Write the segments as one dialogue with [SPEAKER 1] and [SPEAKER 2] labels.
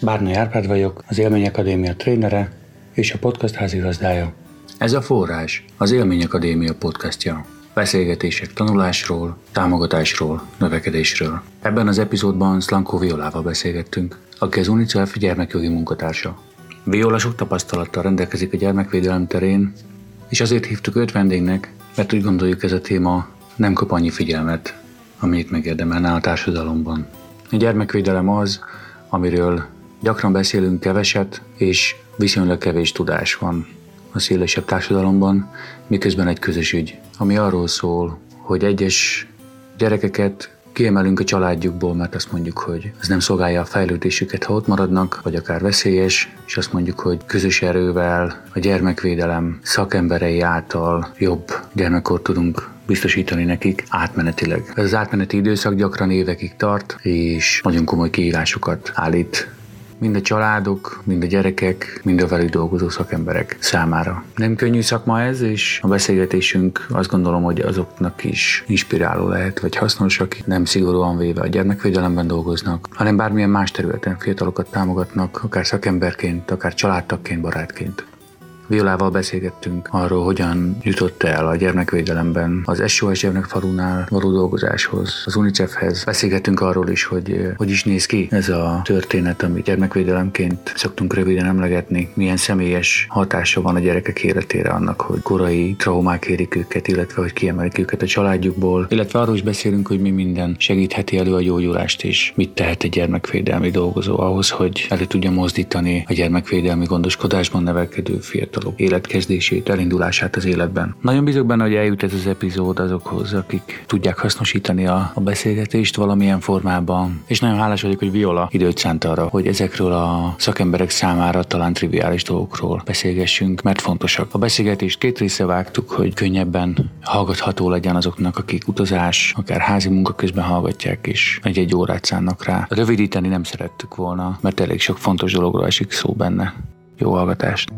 [SPEAKER 1] Bárnai Árpád vagyok, az Élmény Akadémia trénere és a podcast házigazdája. Ez a Forrás, az Élmény Akadémia podcastja. Beszélgetések tanulásról, támogatásról, növekedésről. Ebben az epizódban Szlankó Violával beszélgettünk, aki az UNICEF gyermekjogi munkatársa. Viola sok tapasztalattal rendelkezik a gyermekvédelem terén, és azért hívtuk őt vendégnek, mert úgy gondoljuk, ez a téma nem kap annyi figyelmet, amit megérdemelne a társadalomban. A gyermekvédelem az, amiről gyakran beszélünk keveset, és viszonylag kevés tudás van a szélesebb társadalomban, miközben egy közös ügy, ami arról szól, hogy egyes gyerekeket kiemelünk a családjukból, mert azt mondjuk, hogy ez nem szolgálja a fejlődésüket, ha ott maradnak, vagy akár veszélyes, és azt mondjuk, hogy közös erővel a gyermekvédelem szakemberei által jobb gyermekkort tudunk biztosítani nekik átmenetileg. Ez az átmeneti időszak gyakran évekig tart, és nagyon komoly kihívásokat állít mind a családok, mind a gyerekek, mind a velük dolgozó szakemberek számára. Nem könnyű szakma ez, és a beszélgetésünk azt gondolom, hogy azoknak is inspiráló lehet, vagy hasznos, akik nem szigorúan véve a gyermekvédelemben dolgoznak, hanem bármilyen más területen fiatalokat támogatnak, akár szakemberként, akár családtagként, barátként. Violával beszélgettünk arról, hogyan jutott el a gyermekvédelemben az SOS Gyermekfalunál való dolgozáshoz, az UNICEF-hez. Beszélgettünk arról is, hogy is néz ki ez a történet, amit gyermekvédelemként szoktunk röviden emlegetni, milyen személyes hatása van a gyerekek életére annak, hogy korai traumák érik őket, illetve hogy kiemelik őket a családjukból, illetve arról is beszélünk, hogy mi minden segítheti elő a gyógyulást, és mit tehet egy gyermekvédelmi dolgozó ahhoz, hogy elő tudja mozdítani a gyermekvédelmi gondoskodásban nevelkedő fiatal életkezdését, elindulását az életben. Nagyon bízok benne, hogy eljut ez az epizód azokhoz, akik tudják hasznosítani a beszélgetést valamilyen formában, és nagyon hálás vagyok, hogy Viola időt szánt arra, hogy ezekről a szakemberek számára talán triviális dolgokról beszélgessünk, mert fontosak. A beszélgetést két részre vágtuk, hogy könnyebben hallgatható legyen azoknak, akik utazás, akár házi munka közben hallgatják, és egy órát szánnak rá. Rövidíteni nem szerettük volna, mert elég sok fontos dologról esik szó benne. Jó hallgatást!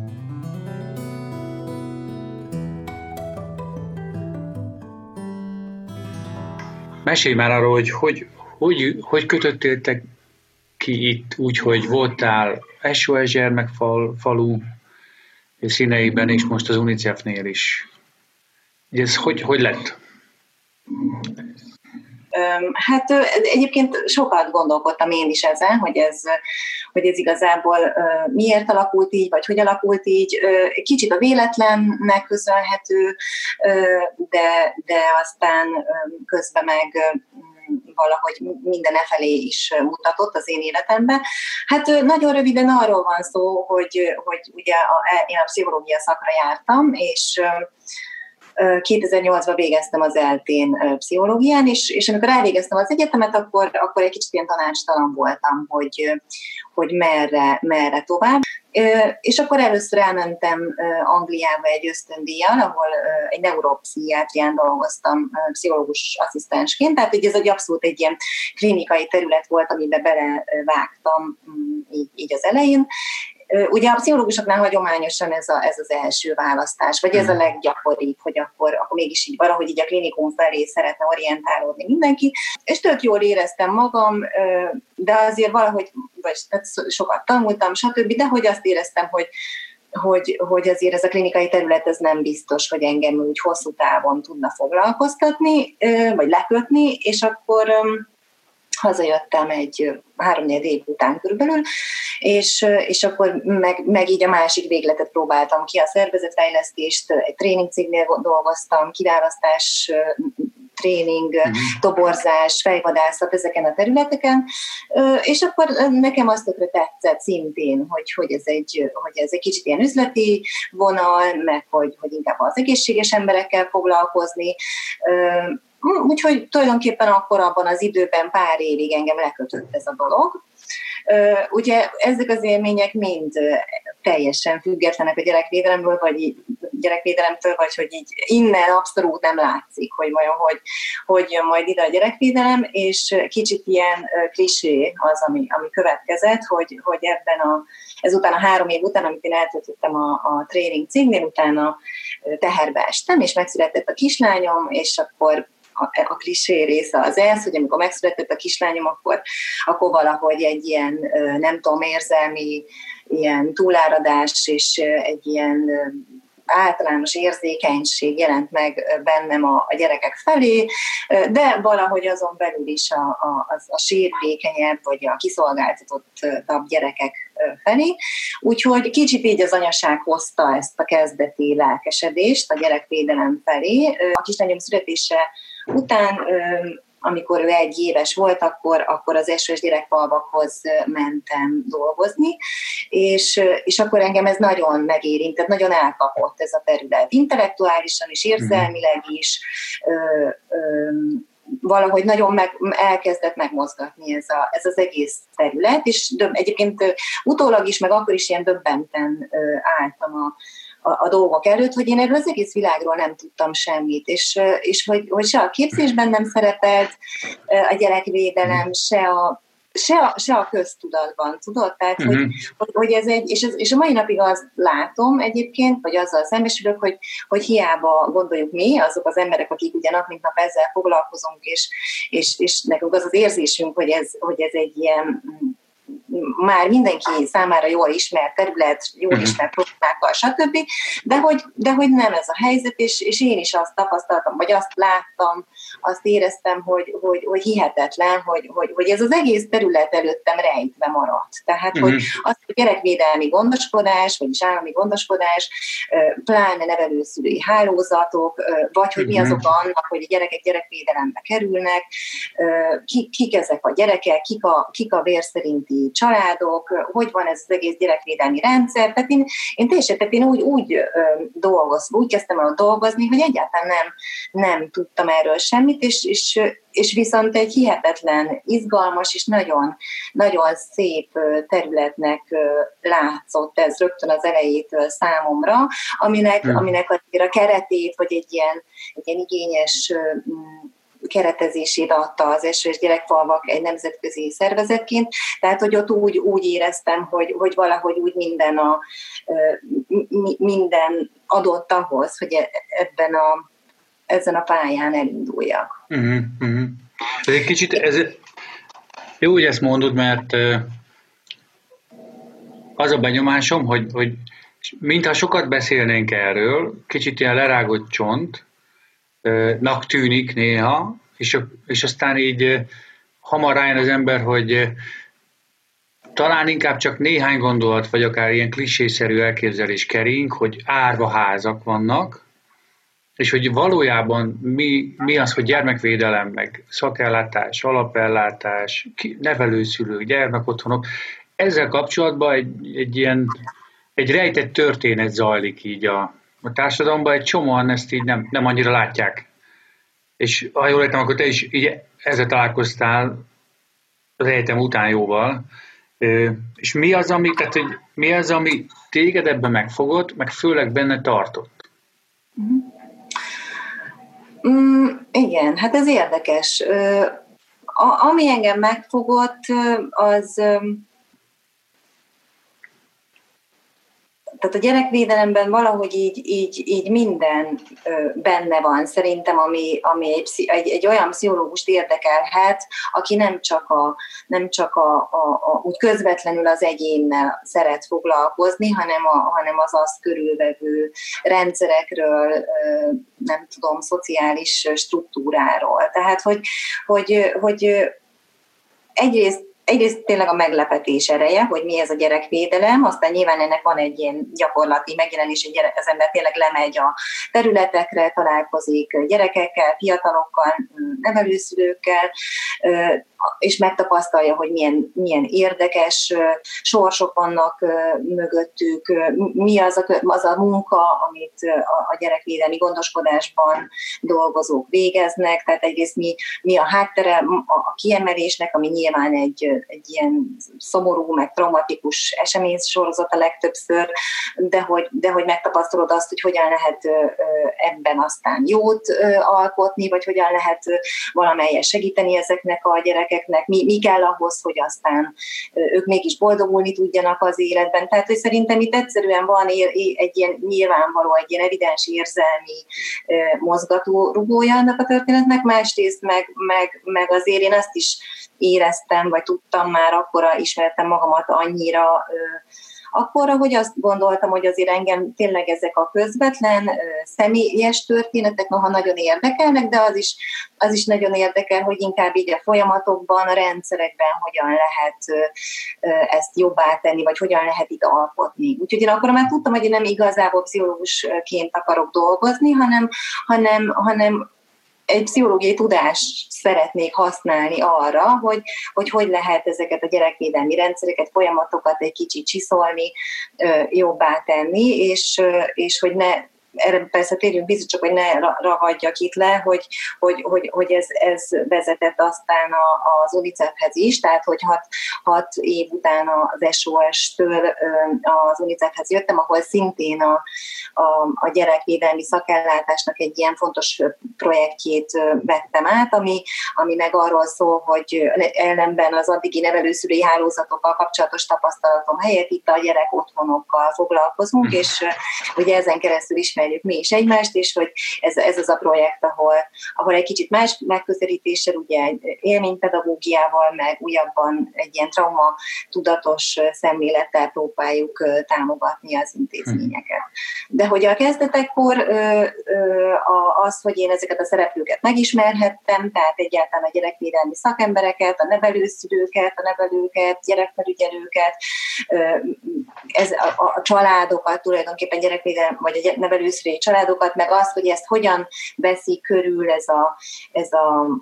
[SPEAKER 1] Mesélj már arról, hogy kötöttétek ki itt, úgyhogy voltál SOS Gyermekfalu színeiben, és most az UNICEF-nél is. Ez hogy lett?
[SPEAKER 2] Hát egyébként sokat gondolkodtam én is ezen, hogy ez igazából miért alakult így, vagy hogy alakult így. Kicsit a véletlennek köszönhető, de aztán közben meg valahogy minden felé is mutatott az én életemben. Hát nagyon röviden arról van szó, hogy ugye én a pszichológia szakra jártam, és 2008-ban végeztem az ELTE-n pszichológián, és amikor elvégeztem az egyetemet, akkor egy kicsit ilyen tanácstalan voltam, hogy merre tovább. És akkor először elmentem Angliába egy ösztöndíjjal, ahol egy neuropszichiátrián dolgoztam pszichológus asszisztensként, tehát ugye ez abszolút egy ilyen klinikai terület volt, amiben belevágtam így az elején. Ugye a pszichológusoknál hagyományosan ez az első választás, vagy ez a leggyakoribb, hogy akkor mégis így valahogy így a klinikum felé szeretne orientálódni mindenki, és tök jól éreztem magam, de azért valahogy, vagy sokat tanultam, stb., de hogy azt éreztem, hogy azért ez a klinikai terület ez nem biztos, hogy engem úgy hosszú távon tudna foglalkoztatni, vagy lekötni, és akkor hazajöttem egy 3-4 év után körülbelül, és akkor meg így a másik végletet próbáltam ki, a szervezetfejlesztést, egy tréningcégnél dolgoztam, kiválasztás, tréning, toborzás, fejvadászat ezeken a területeken, és akkor nekem azt tökre tetszett szintén, hogy ez egy kicsit ilyen üzleti vonal, meg hogy inkább az egészséges emberekkel foglalkozni. Úgyhogy tulajdonképpen akkor abban az időben pár évig engem lekötött ez a dolog. Ugye ezek az élmények mind teljesen függetlenek a gyerekvédelemtől, vagy hogy így innen abszolút nem látszik, hogy vajon hogy jön majd ide a gyerekvédelem, és kicsit ilyen klisé az, ami következett, hogy ezután a 3 év után, amit én eltöltöttem a tréning cégnél, utána teherbe estem, és megszületett a kislányom, és akkor a klisé része az ez, hogy amikor megszületett a kislányom, akkor valahogy egy ilyen, nem tudom, érzelmi ilyen túláradás és egy ilyen általános érzékenység jelent meg bennem a gyerekek felé, de valahogy azon belül is a sérülékenyebb, vagy a kiszolgáltatottabb gyerekek felé. Úgyhogy kicsit így az anyaság hozta ezt a kezdeti lelkesedést a gyerekvédelem felé. A kislányom születése után, amikor ő 1 éves volt, akkor az SOS Gyerekfalvakhoz mentem dolgozni, és akkor engem ez nagyon megérintett, nagyon elkapott ez a terület. Intellektuálisan is, érzelmileg is, valahogy nagyon elkezdett megmozgatni ez az egész terület, és egyébként utólag is, meg akkor is ilyen döbbenten álltam a dolgok előtt, hogy én erről az egész világról nem tudtam semmit, és hogy se a képzésben nem szerepelt a gyerekvédelem, se a köztudatban, tudod? Tehát, hogy ez és a mai napig azt látom egyébként, vagy azzal szembesülök, hogy hiába gondoljuk mi, azok az emberek, akik ugye nap mint nap ezzel foglalkozunk, és nekünk az érzésünk, hogy ez egy ilyen már mindenki számára jól ismert terület, jól ismert problémákkal, stb. De hogy nem ez a helyzet, és én is azt tapasztaltam, vagy azt láttam, azt éreztem, hogy hihetetlen, hogy ez az egész terület előttem rejtve maradt. Tehát, hogy az, hogy gyerekvédelmi gondoskodás, vagyis állami gondoskodás, pláne nevelőszülői hálózatok, vagy hogy mi az oka annak, hogy a gyerekek gyerekvédelembe kerülnek, kik ezek a gyerekek, kik a vér szerinti családok, hogy van ez az egész gyerekvédelmi rendszer. Tehát én úgy kezdtem el dolgozni, hogy egyáltalán nem tudtam erről semmit, és viszont egy hihetetlen, izgalmas és nagyon, nagyon szép területnek látszott ez rögtön az elejétől számomra, aminek a keretét, vagy egy ilyen igényes keretezését adta az SOS Gyerekfalvak egy nemzetközi szervezetként, tehát hogy ott úgy éreztem, hogy valahogy úgy minden adott ahhoz, hogy ezen a pályán elinduljak.
[SPEAKER 1] Ez egy kicsit, jó, hogy ezt mondod, mert az a benyomásom, hogy mintha sokat beszélnénk erről, kicsit ilyen lerágott csontnak tűnik néha, és aztán így hamar rájön az ember, hogy talán inkább csak néhány gondolat, vagy akár ilyen klisészerű elképzelés kering, hogy árva házak vannak, és hogy valójában mi az, hogy gyermekvédelem, meg szakellátás, alapellátás, nevelőszülők, gyermekotthonok. Ezzel kapcsolatban egy rejtett történet zajlik így a társadalomban, egy csomóan ezt így nem annyira látják. És ha jól értem, akkor te is így ezzel találkoztál az egyetem után jóval. És mi az, ami téged ebben megfogott, meg főleg benne tartott?
[SPEAKER 2] Igen, hát ez érdekes. Ami engem megfogott, az... Tehát a gyerekvédelemben valahogy így minden benne van, szerintem, ami egy olyan pszichológust érdekelhet, aki nem csak úgy közvetlenül az egyénnel szeret foglalkozni, hanem az azt körülvevő rendszerekről, nem tudom, szociális struktúráról. Tehát, hogy egyrészt tényleg a meglepetés ereje, hogy mi ez a gyerekvédelem, aztán nyilván ennek van egy ilyen gyakorlati megjelenés, hogy az ember tényleg lemegy a területekre, találkozik gyerekekkel, fiatalokkal, nevelőszülőkkel, és megtapasztalja, hogy milyen érdekes sorsok vannak mögöttük, mi az a munka, amit a gyerekvédelmi gondoskodásban dolgozók végeznek, tehát egyrészt mi a háttere a kiemelésnek, ami nyilván egy ilyen szomorú, meg traumatikus eseménysorozat a legtöbbször, de hogy megtapasztalod azt, hogy hogyan lehet ebben aztán jót alkotni, vagy hogyan lehet valamelyest segíteni ezeknek a gyerekeknek, gyerekeknek mi kell ahhoz, hogy aztán ők mégis boldogulni tudjanak az életben. Tehát, hogy szerintem itt egyszerűen van egy ilyen nyilvánvaló, egy ilyen evidens érzelmi mozgatórugója ennek a történetnek, másrészt meg azért én azt is éreztem, vagy tudtam már, akkora ismertem magamat annyira, akkorra, hogy azt gondoltam, hogy azért engem tényleg ezek a közvetlen, személyes történetek noha nagyon érdekelnek, de az is nagyon érdekel, hogy inkább így a folyamatokban, a rendszerekben hogyan lehet ezt jobbá tenni, vagy hogyan lehet itt alkotni. Úgyhogy én akkor már tudtam, hogy én nem igazából pszichológusként akarok dolgozni, hanem egy pszichológiai tudást szeretnék használni arra, hogy lehet ezeket a gyerekvédelmi rendszereket, folyamatokat egy kicsit csiszolni, jobbá tenni, és hogy ne, erre persze térjünk vissza, csak hogy ne ragadjak itt le, hogy ez vezetett aztán az UNICEF-hez is, tehát hogy 6 év után az SOS-től az UNICEF-hez jöttem, ahol szintén a gyerekvédelmi szakellátásnak egy ilyen fontos projektjét vettem át, ami meg arról szól, hogy ellenben az addigi nevelőszülői hálózatokkal kapcsolatos tapasztalatom helyett itt a gyerek otthonokkal foglalkozunk, és ugye ezen keresztül ismerjük mi is egymást, és hogy ez az a projekt, ahol egy kicsit más megközelítéssel, ugye egy élménypedagógiával, meg újabban egy ilyen trauma tudatos szemlélettel próbáljuk támogatni az intézményeket. De hogy a kezdetekkor az, hogy én ezeket a szereplőket megismerhettem, tehát egyáltalán a gyerekvédelmi szakembereket, a nevelőszülőket, a nevelőket, gyerekfelügyelőket, a családokat, tulajdonképpen gyerekvédelmi, vagy a nevelőszülői családokat, meg azt, hogy ezt hogyan veszi körül ez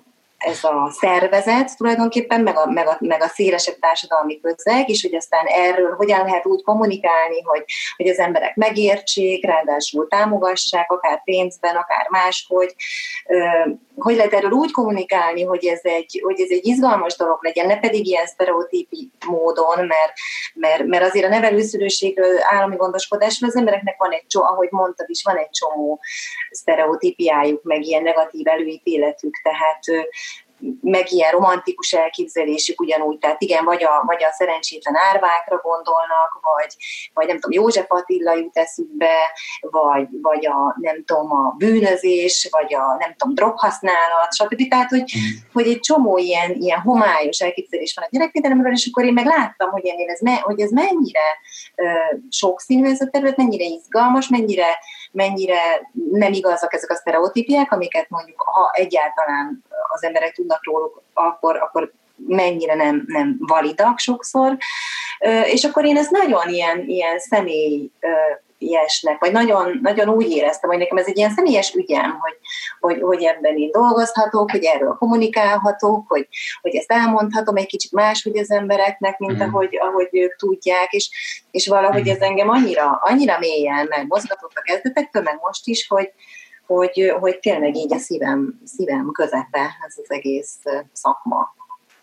[SPEAKER 2] a szervezet tulajdonképpen, meg a szélesebb társadalmi közeg, és hogy aztán erről hogyan lehet úgy kommunikálni, hogy az emberek megértsék, ráadásul támogassák, akár pénzben, akár máshogy. Hogy lehet erről úgy kommunikálni, hogy ez egy izgalmas dolog legyen, ne pedig ilyen sztereotípi módon, mert azért a nevelőszülőségről, állami gondoskodásról az embereknek van ahogy mondtad is, van egy csomó sztereotípiájuk, meg ilyen negatív előítéletük, tehát meg ilyen romantikus elképzelésük ugyanúgy, tehát igen, vagy a szerencsétlen árvákra gondolnak, vagy nem tudom, József Attila jut eszükbe, vagy a bűnözés, vagy nem tudom, droghasználat, stb. Tehát, hogy egy csomó ilyen homályos elképzelés van a gyerekvédelemről, és akkor én meg láttam, hogy ez mennyire sokszínű ez a terület, mennyire izgalmas, mennyire nem igazak ezek a sztereotípiák, amiket mondjuk, ha egyáltalán az emberek tudnak róluk, akkor mennyire nem validak sokszor. És akkor én ezt nagyon ilyen személyesnek, vagy nagyon, nagyon úgy éreztem, hogy nekem ez egy ilyen személyes ügyem, hogy ebben én dolgozhatok, hogy erről kommunikálhatok, hogy ezt elmondhatom egy kicsit máshogy az embereknek, mint ahogy ők tudják, és valahogy ez engem annyira mélyen megmozgatott a kezdetektől, meg most is, hogy tényleg így a szívem közepe ez az egész szakma.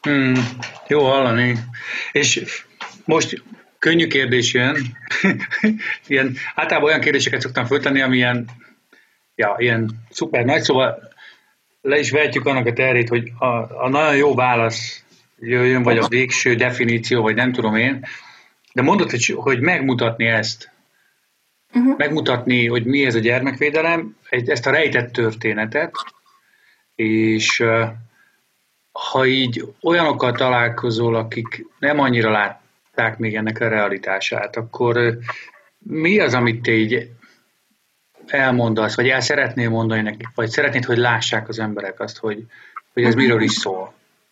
[SPEAKER 1] Jó hallani. És most könnyű kérdés jön. Általában olyan kérdéseket szoktam föltenni, ami ilyen szuper nagy, szóval le is vehetjük annak a terét, hogy a nagyon jó válasz jöjjön, vagy a végső definíció, vagy nem tudom én, de mondod, hogy megmutatni ezt. Megmutatni, hogy mi ez a gyermekvédelem, ezt a rejtett történetet, és ha így olyanokkal találkozol, akik nem annyira látták még ennek a realitását, akkor mi az, amit te így elmondasz, vagy el szeretnél mondani nekik, vagy szeretnéd, hogy lássák az emberek azt, hogy ez miről is szól?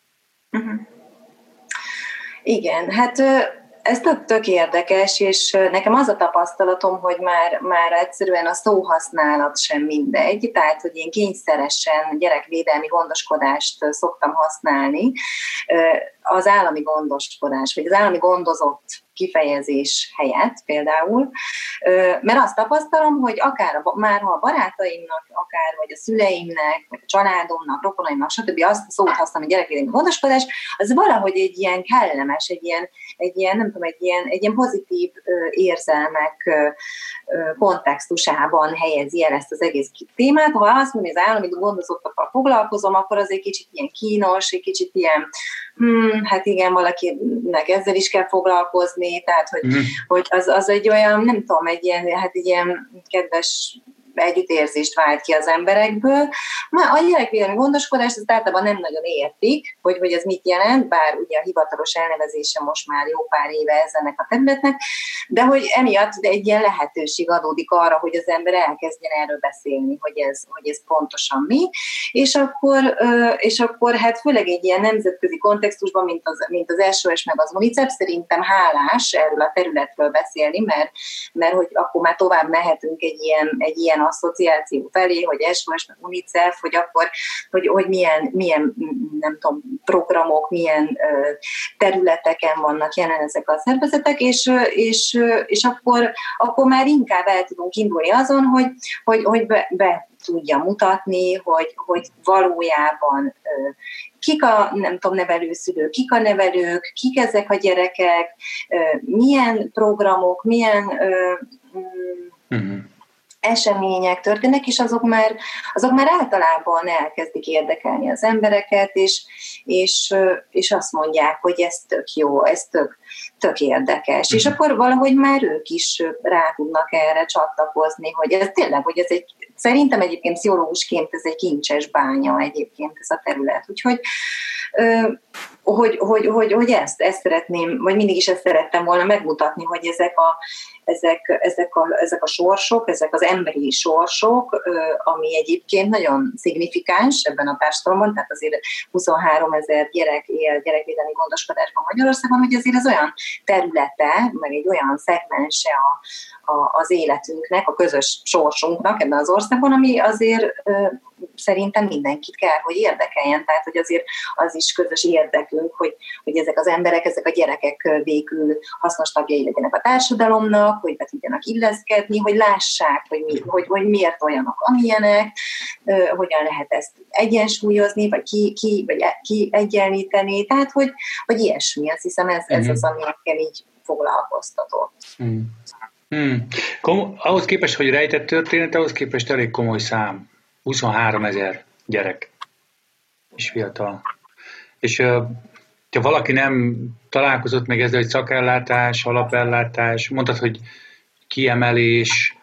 [SPEAKER 2] Igen, hát ez tök érdekes, és nekem az a tapasztalatom, hogy már egyszerűen a szóhasználat sem mindegy, tehát, hogy én kényszeresen gyerekvédelmi gondoskodást szoktam használni. Az állami gondoskodás, vagy az állami gondozott kifejezés helyett például, mert azt tapasztalom, hogy akár már ha a barátaimnak, akár vagy a szüleimnek, vagy a családomnak, rokonaimnak, stb. Azt a szót használom, hogy gyerekvédelmi gondoskodás, az valahogy egy ilyen kellemes, egy ilyen nem tudom, egy ilyen pozitív érzelmek kontextusában helyezi el ezt az egész témát. Ha azt mondja, hogy az állami gondozottakkal foglalkozom, akkor az egy kicsit ilyen kínos, egy kicsit ilyen hát igen, valakinek ezzel is kell foglalkozni, tehát hogy az egy olyan, nem tudom, egy ilyen kedves együttérzést vált ki az emberekből. A gyerekvédelmi gondoskodás azt általában nem nagyon értik, hogy ez mit jelent, bár ugye a hivatalos elnevezése most már jó pár éve ez ennek a területnek, de hogy emiatt egy ilyen lehetőség adódik arra, hogy az ember elkezdjen erről beszélni, hogy ez pontosan mi, és akkor hát főleg egy ilyen nemzetközi kontextusban, mint az SOS meg az UNICEF, szerintem hálás erről a területről beszélni, mert hogy akkor már tovább mehetünk egy ilyen asszociáció felé, hogy SOS, meg UNICEF, hogy akkor, hogy milyen nem tudom, programok, milyen területeken vannak jelen ezek a szervezetek, és akkor már inkább el tudunk indulni azon, hogy be tudja mutatni, hogy valójában kik a, nem tudom, nevelőszülők, kik a nevelők, kik ezek a gyerekek, milyen programok, milyen események történnek, és azok már általában elkezdik érdekelni az embereket, és azt mondják, hogy ez tök jó, ez tök érdekes. És akkor valahogy már ők is rá tudnak erre csatlakozni, hogy ez tényleg, hogy ez szerintem egyébként pszichológusként ez egy kincses bánya egyébként ez a terület. Úgyhogy hogy ezt szeretném, vagy mindig is ezt szerettem volna megmutatni, hogy ezek a sorsok, ezek az emberi sorsok, ami egyébként nagyon szignifikáns ebben a társadalomban, tehát azért 23 000 gyerek él gyerekvédelmi gondoskodásban Magyarországon, hogy azért ez olyan területe, meg egy olyan szegmense az életünknek, a közös sorsunknak ebben az országban, ami azért szerintem mindenkit kell, hogy érdekeljen, tehát hogy azért az is közös érdekünk, hogy ezek az emberek, ezek a gyerekek végül hasznos tagjai legyenek a társadalomnak, hogy be tudjanak illeszkedni, hogy lássák, hogy miért olyanok, amilyenek, hogyan lehet ezt egyensúlyozni, vagy ki egyenlíteni, tehát hogy ilyesmi, azt hiszem ez az, ami engem így foglalkoztatott.
[SPEAKER 1] Ahhoz képest, hogy rejtett történet, ahhoz képest elég komoly szám. 23 000 gyerek és fiatal. És ha valaki nem találkozott még ezzel, hogy szakellátás, alapellátás, mondtad, hogy kiemelés,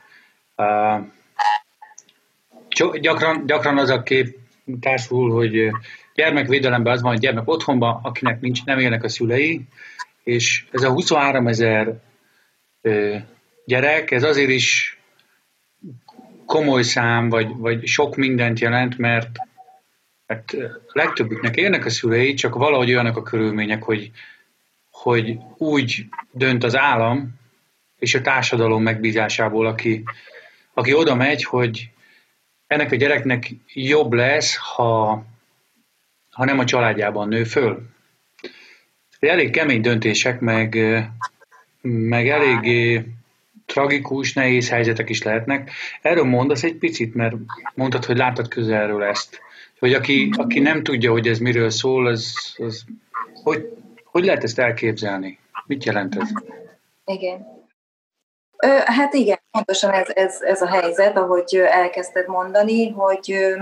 [SPEAKER 1] gyakran az a kép társul, hogy gyermekvédelemben az van, hogy gyermek otthonban, akinek nem élnek a szülei, és ez a 23 000 gyerek, ez azért is komoly szám, vagy sok mindent jelent, mert legtöbbüknek élnek a szülei, csak valahogy olyanok a körülmények, hogy úgy dönt az állam és a társadalom megbízásából, aki oda megy, hogy ennek a gyereknek jobb lesz, ha nem a családjában nő föl. Elég kemény döntések, meg eléggé tragikus, nehéz helyzetek is lehetnek. Erről mondasz egy picit, mert mondtad, hogy láttad közelről ezt. Hogy aki nem tudja, hogy ez miről szól, az hogy lehet ezt elképzelni? Mit jelent ez?
[SPEAKER 2] Igen. Hát igen, pontosan ez a helyzet, ahogy elkezdted mondani, hogy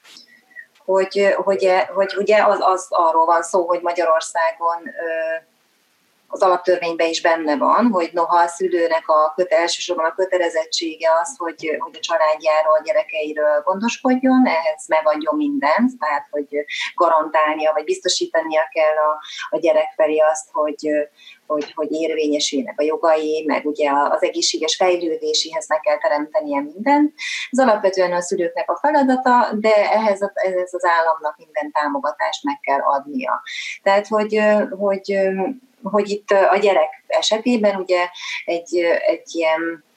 [SPEAKER 2] ugye az arról van szó, hogy Magyarországon az alaptörvényben is benne van, hogy noha a szülőnek elsősorban a kötelezettsége az, hogy a családjáról, a gyerekeiről gondoskodjon, ehhez megadjon mindent, tehát hogy garantálnia, vagy biztosítania kell a gyerek felé azt, hogy érvényesülnek a jogai, meg ugye az egészséges fejlődéséhez meg kell teremtenie mindent. Ez alapvetően a szülőknek a feladata, de ehhez az államnak minden támogatást meg kell adnia. Tehát, hogy itt a gyerek esetében ugye egy ilyen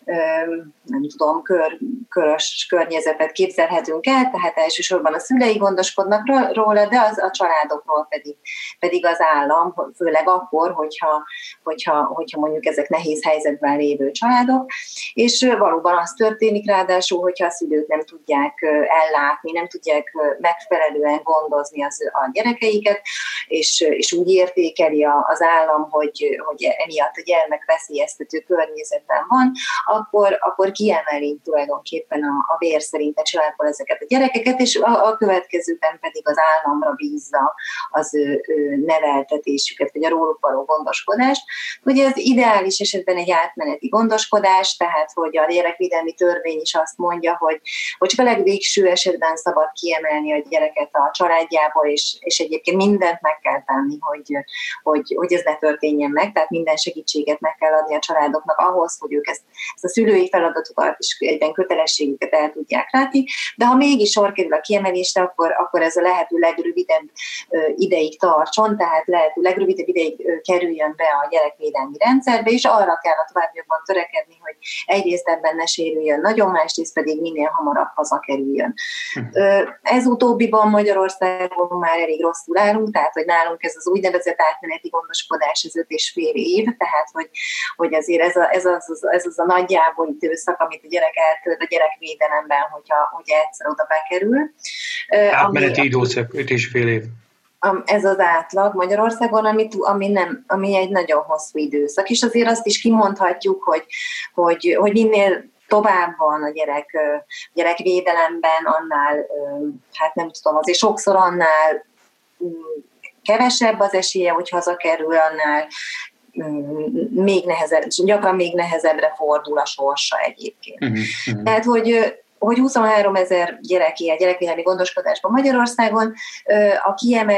[SPEAKER 2] nem tudom, körös környezetet képzelhetünk el, tehát elsősorban a szülei gondoskodnak róla, de az a családokról pedig az állam, főleg akkor, hogyha mondjuk ezek nehéz helyzetben lévő családok, és valóban az történik ráadásul, hogyha a szülők nem tudják ellátni, nem tudják megfelelően gondozni a gyerekeiket, és úgy értékeli az állam, hogy emiatt a gyermek veszélyeztető környezetben van, akkor kiemeli tulajdonképpen a vér szerint a családból ezeket a gyerekeket, és a következőben pedig az államra bízza az ő neveltetésüket, vagy a róluk való gondoskodást. Ugye ez ideális esetben egy átmeneti gondoskodás, tehát hogy a gyerekvédelmi törvény is azt mondja, hogy csak a legvégső esetben szabad kiemelni a gyereket a családjából, és egyébként mindent meg kell tenni, hogy ez ne történjen meg, tehát minden segítséget meg kell adni a családoknak ahhoz, hogy ők ezt a szülői feladatokat és egyben kötelességüket el tudják látni, de ha mégis sor kerül a kiemelésre, akkor ez a lehető legrövidebb ideig tartson, tehát lehető legrövidebb ideig kerüljön be a gyerekvédelmi rendszerbe, és arra kell a továbbiakban törekedni, hogy egyrészt ebben ne sérüljön nagyon, másrészt pedig minél hamarabb hazakerüljön. Ez utóbbiban Magyarországon már elég rosszul állunk, tehát hogy nálunk ez az úgynevezett átmeneti gondoskodás, ez 5,5 év, tehát hogy azért ez az a nagyjából időszak, amit a gyerek eltölt a gyerekvédelemben, hogyha egyszer oda bekerül.
[SPEAKER 3] Átmeneti időszak 5,5 év.
[SPEAKER 2] Ez az átlag Magyarországon, ami egy nagyon hosszú időszak, és azért azt is kimondhatjuk, hogy minél tovább van a gyerekvédelemben, annál, hát nem tudom, azért sokszor annál kevesebb az esélye, hogy hazakerül, annál gyakran még nehezebbre fordul a sorsa egyébként. Tehát, hogy 23 000 gyerek él gyerekvédelmi gondoskodásban Magyarországon, a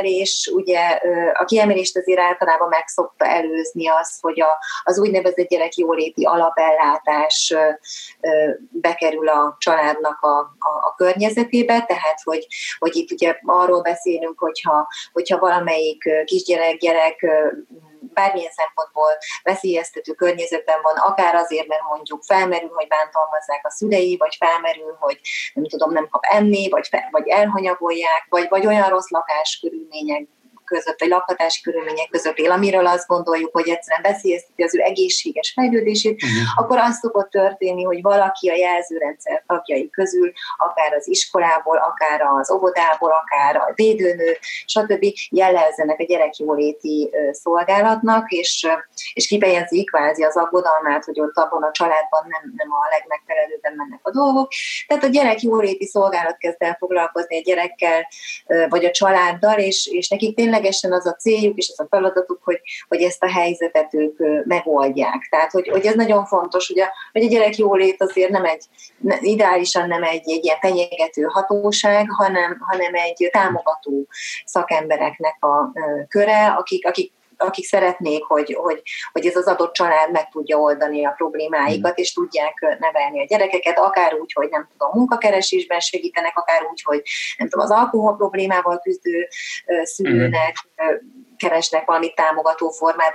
[SPEAKER 2] kiemelést azért általában meg szokta előzni az, hogy az úgynevezett gyerekjóléti alapellátás bekerül a családnak a környezetébe, tehát hogy itt ugye arról beszélünk, hogyha valamelyik kisgyerek bármilyen szempontból veszélyeztető környezetben van, akár azért, mert mondjuk felmerül, hogy bántalmazzák a szülei, vagy felmerül, hogy nem tudom, nem kap enni, vagy elhanyagolják, vagy olyan rossz lakáskörülmények között, vagy lakhatási körülmények között él, amiről azt gondoljuk, hogy egyszerűen veszélyezteti az ő egészséges fejlődését, akkor az szokott történni, hogy valaki a jelzőrendszer tagjai közül, akár az iskolából, akár az óvodából, akár a védőnő, stb. Jelezzenek a gyerekjóléti szolgálatnak, és kifejezik kvázi az aggodalmát, hogy ott abban a családban nem a legmegfelelőbben mennek a dolgok. Tehát a gyerekjóléti szolgálat kezd el foglalkozni a gyerekkel, vagy a családdal, és nekik ténylegesen az a céljuk és az a feladatuk, hogy ezt a helyzetet ők megoldják. Tehát, hogy ez nagyon fontos, hogy a gyerekjólét azért ideálisan nem egy ilyen fenyegető hatóság, hanem egy támogató szakembereknek a köre, akik szeretnék, hogy ez az adott család meg tudja oldani a problémáikat, és tudják nevelni a gyerekeket, akár úgy, hogy nem tudom, munkakeresésben segítenek, akár úgy, hogy nem tudom, az alkohol problémával küzdő szülőnek keresnek valami támogató formát,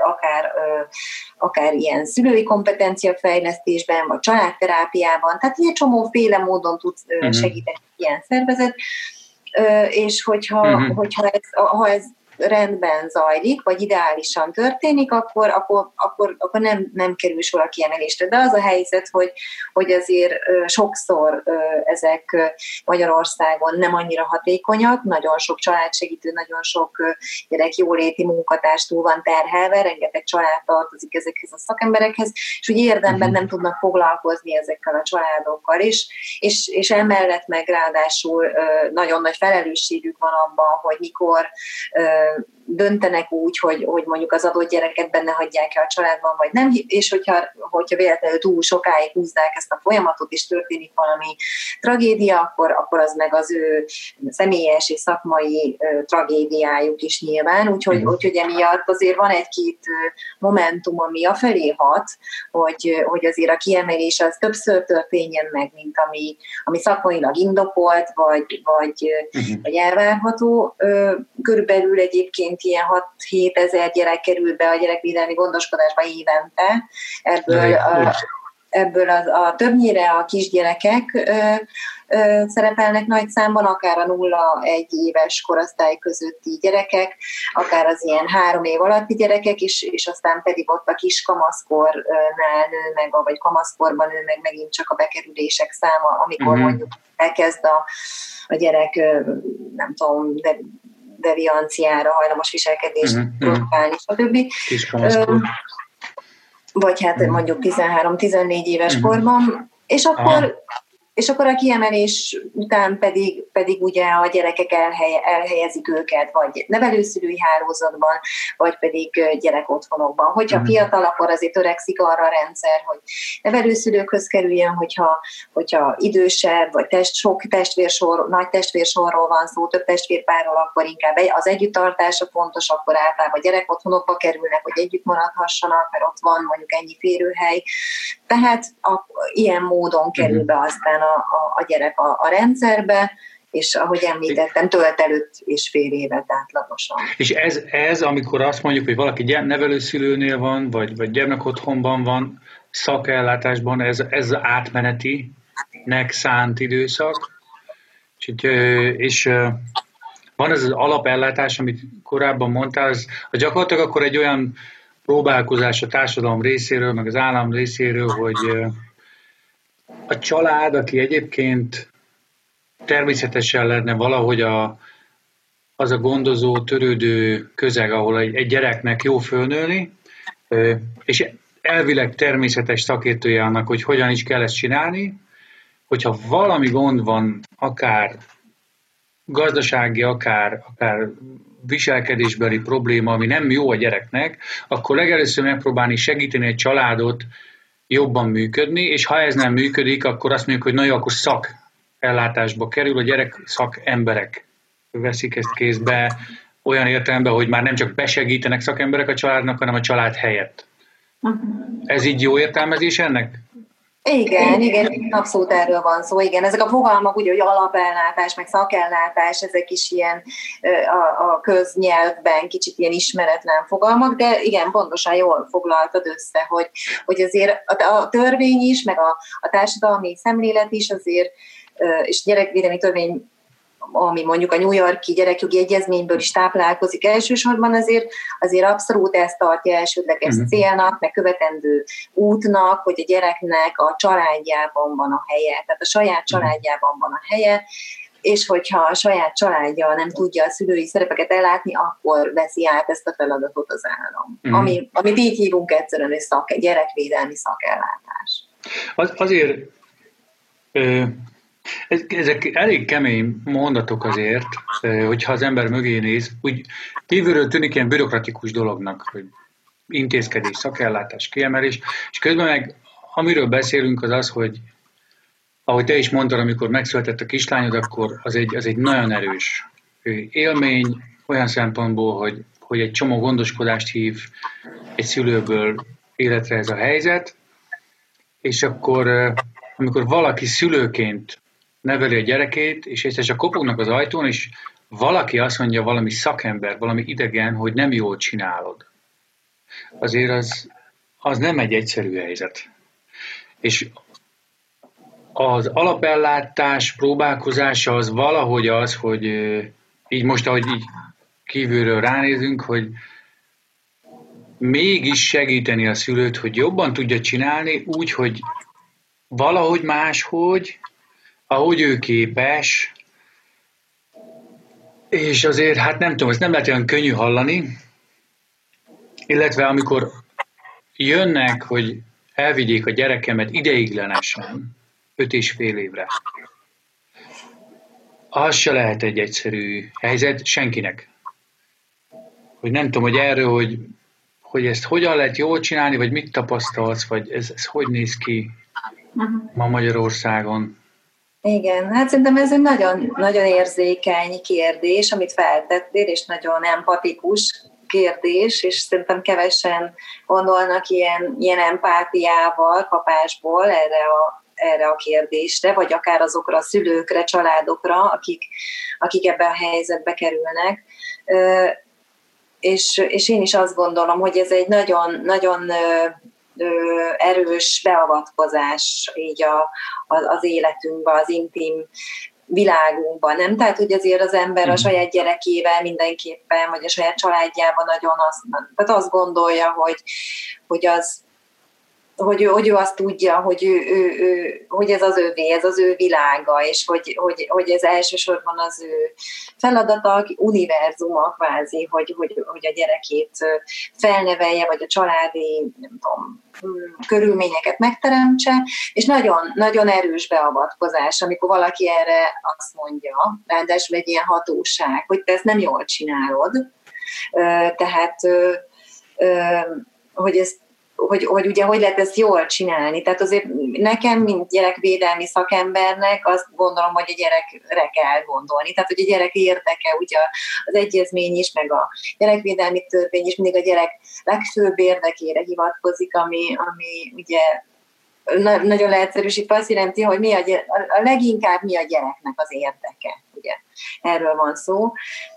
[SPEAKER 2] akár ilyen szülői kompetenciafejlesztésben, vagy családterápiában, tehát ilyen csomóféle módon tud segíteni ilyen szervezet, és ha ez rendben zajlik, vagy ideálisan történik, akkor nem kerül sor a kiemelésre. De az a helyzet, hogy azért sokszor ezek Magyarországon nem annyira hatékonyak, nagyon sok családsegítő, nagyon sok gyerekjóléti munkatárs túl van terhelve, rengeteg család tartozik ezekhez a szakemberekhez, és úgy érdemben nem tudnak foglalkozni ezekkel a családokkal is, és emellett meg ráadásul nagyon nagy felelősségük van abban, hogy mikor döntenek úgy, hogy mondjuk az adott gyereket benne hagyják el a családban, vagy nem, és hogyha véletlenül túl sokáig húzzák ezt a folyamatot, és történik valami tragédia, akkor az meg az ő személyes és szakmai tragédiájuk is nyilván, úgyhogy emiatt azért van egy-két momentum, ami afelé hat, hogy azért a kiemelés az többször történjen meg, mint ami szakmailag indokolt, vagy elvárható. Körülbelül egyébként ilyen 6-7 ezer gyerek kerül be a gyerekvédelmi gondoskodásba évente. Ebből ebből a többnyire a kisgyerekek szerepelnek nagy számban, akár a 0-1 éves korosztály közötti gyerekek, akár az ilyen 3 év alatti gyerekek is, és aztán pedig ott a kis kamaszkornál nő meg, vagy kamaszkorban nő meg megint csak a bekerülések száma, amikor mondjuk elkezd a gyerek, nem tudom, devianciára, hajlamos viselkedést produkálni, stb.
[SPEAKER 3] Kis kamaszkor.
[SPEAKER 2] Vagy hát mondjuk 13-14 éves korban, és akkor a kiemelés után pedig ugye a gyerekek elhelyezik őket, vagy nevelőszülői hálózatban, vagy pedig gyerekotthonokban. Hogyha fiatal, akkor azért törekszik arra a rendszer, hogy nevelőszülőkhöz kerüljön, hogyha idősebb, vagy sok testvérsorról, nagy testvérsorról van szó, több testvérpárról, akkor inkább az együtttartása fontos, akkor általában gyerekotthonokba kerülnek, hogy együtt maradhassanak, mert ott van mondjuk ennyi férőhely. Tehát ilyen módon kerül be aztán a gyerek a rendszerbe, és ahogy említettem, tölt előtt és fél évet átlagosan.
[SPEAKER 3] És ez, amikor azt mondjuk, hogy valaki nevelőszülőnél van, vagy gyermekotthonban van, szakellátásban, ez átmenetinek szánt időszak, és van ez az alapellátás, amit korábban mondtál, az gyakorlatilag akkor egy olyan próbálkozás a társadalom részéről, meg az állam részéről, hogy a család, aki egyébként természetesen lenne valahogy az a gondozó, törődő közeg, ahol egy gyereknek jó fölnőni, és elvileg természetes szakértője annak, hogy hogyan is kell ezt csinálni, hogyha valami gond van, akár gazdasági, akár viselkedésbeli probléma, ami nem jó a gyereknek, akkor legelőször megpróbálni segíteni egy családot jobban működni, és ha ez nem működik, akkor azt mondjuk, hogy na jó, akkor szakellátásba kerül, a gyerek szakemberek veszik ezt kézbe, olyan értelemben, hogy már nem csak besegítenek szakemberek a családnak, hanem a család helyett. Ez így jó értelmezés ennek?
[SPEAKER 2] Igen, abszolút erről van szó, igen. Ezek a fogalmak, ugye, hogy alapellátás, meg szakellátás, ezek is ilyen a köznyelvben kicsit ilyen ismeretlen fogalmak, de igen, pontosan jól foglaltad össze, hogy azért a törvény is, meg a társadalmi szemlélet is azért, és gyerekvédelmi törvény, ami mondjuk a New York-i gyerekjogi egyezményből is táplálkozik elsősorban, azért abszolút ezt tartja elsődleges célnak, meg követendő útnak, hogy a gyereknek a családjában van a helye, tehát a saját családjában van a helye, és hogyha a saját családja nem tudja a szülői szerepeket ellátni, akkor veszi át ezt a feladatot az állam. Amit így hívunk egyszerűen, hogy gyerekvédelmi szakellátás.
[SPEAKER 3] Azért... Ezek elég kemény mondatok azért, hogyha az ember mögé néz, úgy kívülről tűnik ilyen bürokratikus dolognak, hogy intézkedés, szakellátás, kiemelés, és közben meg amiről beszélünk az, hogy ahogy te is mondtad, amikor megszületett a kislányod, akkor az egy nagyon erős élmény, olyan szempontból, hogy egy csomó gondoskodást hív egy szülőből életre ez a helyzet, és akkor amikor valaki szülőként neveli a gyerekét, és egyszer csak kopognak az ajtón, és valaki azt mondja, valami szakember, valami idegen, hogy nem jól csinálod. Azért az nem egy egyszerű helyzet. És az alapellátás próbálkozása az valahogy az, hogy így most, ahogy így kívülről ránézünk, hogy mégis segíteni a szülőt, hogy jobban tudja csinálni úgy, hogy valahogy máshogy, ahogy ő képes, és azért, hát nem tudom, ezt nem lehet olyan könnyű hallani, illetve amikor jönnek, hogy elvigyék a gyerekemet ideiglenesen, 5,5 évre, az se lehet egy egyszerű helyzet senkinek. Hogy nem tudom, hogy erről, hogy ezt hogyan lehet jól csinálni, vagy mit tapasztalsz, vagy ez hogy néz ki ma Magyarországon?
[SPEAKER 2] Igen, hát szerintem ez egy nagyon, nagyon érzékeny kérdés, amit feltettél, és nagyon empatikus kérdés, és szerintem kevesen gondolnak ilyen empátiával, kapásból erre a kérdésre, vagy akár azokra a szülőkre, családokra, akik ebben a helyzetbe kerülnek. És én is azt gondolom, hogy ez egy nagyon, nagyon erős beavatkozás így az életünkbe, az intim világunkban, nem? Tehát, hogy azért az ember a saját gyerekével mindenképpen, vagy a saját családjában nagyon azt gondolja, hogy ő azt tudja, hogy ez az övé, ez az ő világa, és hogy ez elsősorban az ő feladata, univerzuma kvázi, hogy a gyerekét felnevelje, vagy a családi, nem tudom, körülményeket megteremtse, és nagyon, nagyon erős beavatkozás, amikor valaki erre azt mondja, ráadásul egy ilyen hatóság, hogy te ezt nem jól csinálod, tehát hogy ugye hogy lehet ezt jól csinálni. Tehát azért nekem, mint gyerekvédelmi szakembernek azt gondolom, hogy a gyerekre kell gondolni. Tehát, hogy a gyerek érdeke, ugye az egyezmény is, meg a gyerekvédelmi törvény is mindig a gyerek legfőbb érdekére hivatkozik, ami ugye nagyon leegyszerűsítve azt jelenti, hogy a leginkább mi a gyereknek az érdeke. Ugye erről van szó.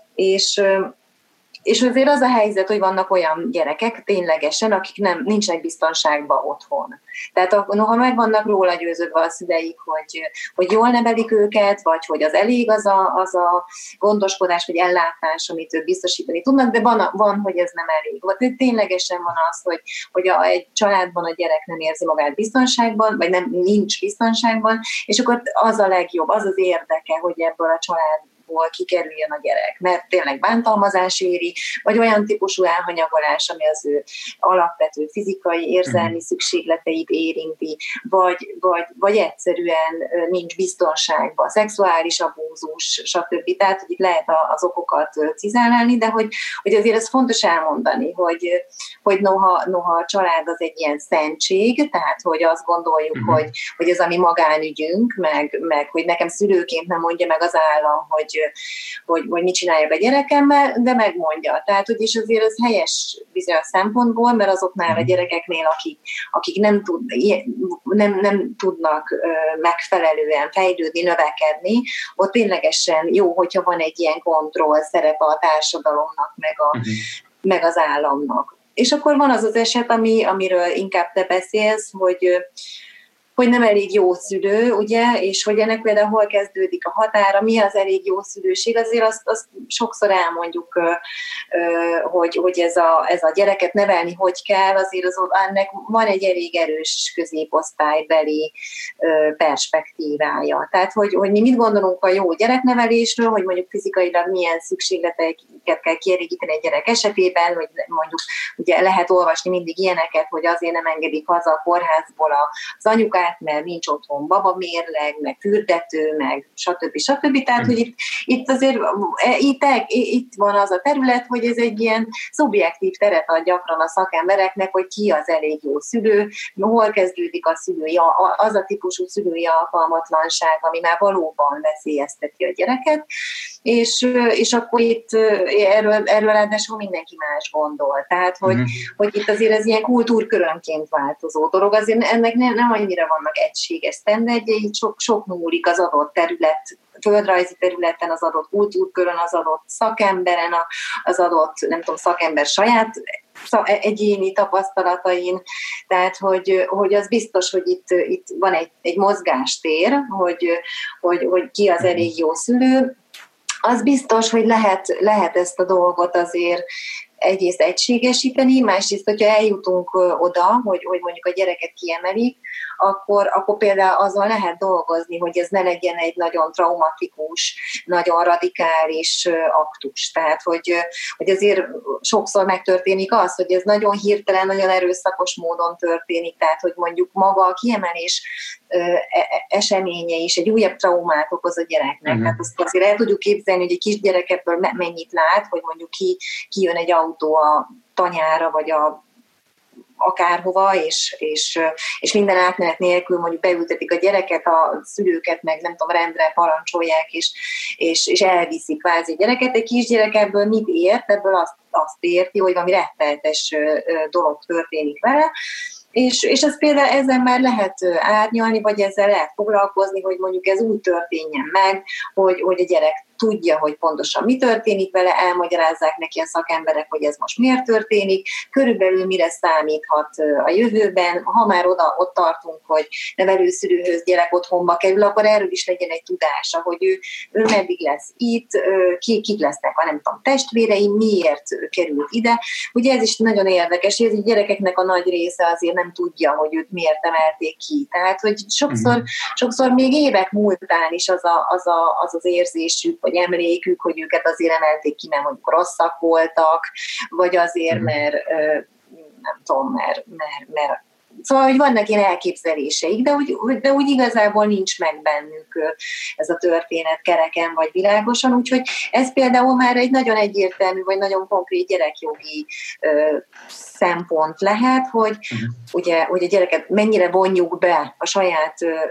[SPEAKER 2] És azért az a helyzet, hogy vannak olyan gyerekek ténylegesen, akik nincsenek biztonságban otthon. Tehát noha meg vannak róla győződve a szüleik, hogy jól nevelik őket, vagy hogy az elég az a gondoskodás, vagy ellátás, amit ők biztosítani tudnak, de van, hogy ez nem elég. Vagy ténylegesen van az, hogy egy családban a gyerek nem érzi magát biztonságban, vagy nincs biztonságban, és akkor az a legjobb, az az érdeke, hogy ebből a családból kikerüljön a gyerek, mert tényleg bántalmazás éri, vagy olyan típusú elhanyagolás, ami az ő alapvető fizikai, érzelmi szükségleteit érinti, vagy egyszerűen nincs biztonságban, szexuális abúzus, stb. Tehát, hogy itt lehet az okokat cizálni, de hogy azért ez fontos elmondani, hogy noha a család az egy ilyen szentség, tehát, hogy azt gondoljuk, hogy ez a mi magánügyünk, meg hogy nekem szülőként nem mondja meg az állam, hogy mit csináljak a gyerekemmel, de megmondja. Tehát, hogy is azért ez helyes bizonyos szempontból, mert azoknál a gyerekeknél, akik nem tudnak megfelelően fejlődni, növekedni, ott ténylegesen jó, hogyha van egy ilyen kontroll szerepe a társadalomnak, meg az államnak. És akkor van az eset, amiről inkább te beszélsz, hogy nem elég jó szülő, ugye, és hogy ennek például hol kezdődik a határa, mi az elég jó szülőség, azért azt sokszor elmondjuk, hogy ez a gyereket nevelni hogy kell, azért ennek van egy elég erős középosztálybeli perspektívája. Tehát, hogy mi mit gondolunk a jó gyereknevelésről, hogy mondjuk fizikailag milyen szükségleteket kell kielégíteni egy gyerek esetében, hogy mondjuk ugye lehet olvasni mindig ilyeneket, hogy azért nem engedik haza a kórházból az anyukát, mert nincs otthon babamérleg, meg fürdető, meg stb. Tehát, hogy itt azért itt van az a terület, hogy ez egy ilyen szubjektív teret ad gyakran a szakembereknek, hogy ki az elég jó szülő, hol kezdődik a szülői, az a típusú szülői alkalmatlanság, ami már valóban veszélyezteti a gyereket, és akkor itt erről ráadásul mindenki más gondol. Tehát, hogy itt azért ez ilyen kultúrkörönként változó dolog, azért ennek nem annyira vannak egységes sztenderdjei, sok múlik az adott terület, földrajzi területen, az adott kultúrkörön, az adott szakemberen, az adott, nem tudom, szakember saját egyéni tapasztalatain, tehát, hogy az biztos, hogy itt van egy mozgástér, hogy ki az elég jó szülő. Az biztos, hogy lehet ezt a dolgot azért egyrészt egységesíteni, másrészt, hogyha eljutunk oda, hogy mondjuk a gyereket kiemelik, akkor például azon lehet dolgozni, hogy ez ne legyen egy nagyon traumatikus, nagyon radikális aktus. Tehát, hogy azért sokszor megtörténik az, hogy ez nagyon hirtelen, nagyon erőszakos módon történik, tehát, hogy mondjuk maga a kiemelés eseménye is egy újabb traumát okoz a gyereknek. Tehát azt azért el tudjuk képzelni, hogy egy kisgyerek ebből mennyit lát, hogy mondjuk kijön egy autó a tanyára, vagy akárhova, és minden átmenet nélkül mondjuk beültetik a gyereket, a szülőket meg nem tudom, rendre parancsolják, és elviszik kvázi a gyereket. Egy kisgyerek ebből mit ért? Ebből azt érti, hogy valami rettenetes dolog történik vele, és az például ezen már lehet árnyalni, vagy ezzel lehet foglalkozni, hogy mondjuk ez úgy történjen meg, hogy a gyerek tudja, hogy pontosan mi történik vele, elmagyarázzák neki a szakemberek, hogy ez most miért történik, körülbelül mire számíthat a jövőben, ha már ott tartunk, hogy nevelőszülőhöz gyerek otthonba kerül, akkor erről is legyen egy tudása, hogy ő meddig lesz itt, kik lesznek a nem tudom, testvérei, miért került ide. Ugye ez is nagyon érdekes, hogy ez a gyerekeknek a nagy része azért nem tudja, hogy őt miért emelték ki. Tehát, hogy sokszor még évek múltán is az érzésük, vagy emlékük, hogy őket azért emelték ki, mert mondjuk rosszak voltak, vagy azért, mert nem tudom, mert szóval, hogy vannak ilyen elképzeléseik, de úgy igazából nincs meg bennük ez a történet kereken vagy világosan, úgyhogy ez például már egy nagyon egyértelmű, vagy nagyon konkrét gyerekjogi szempont lehet, hogy ugye, hogy a gyereket mennyire vonjuk be a saját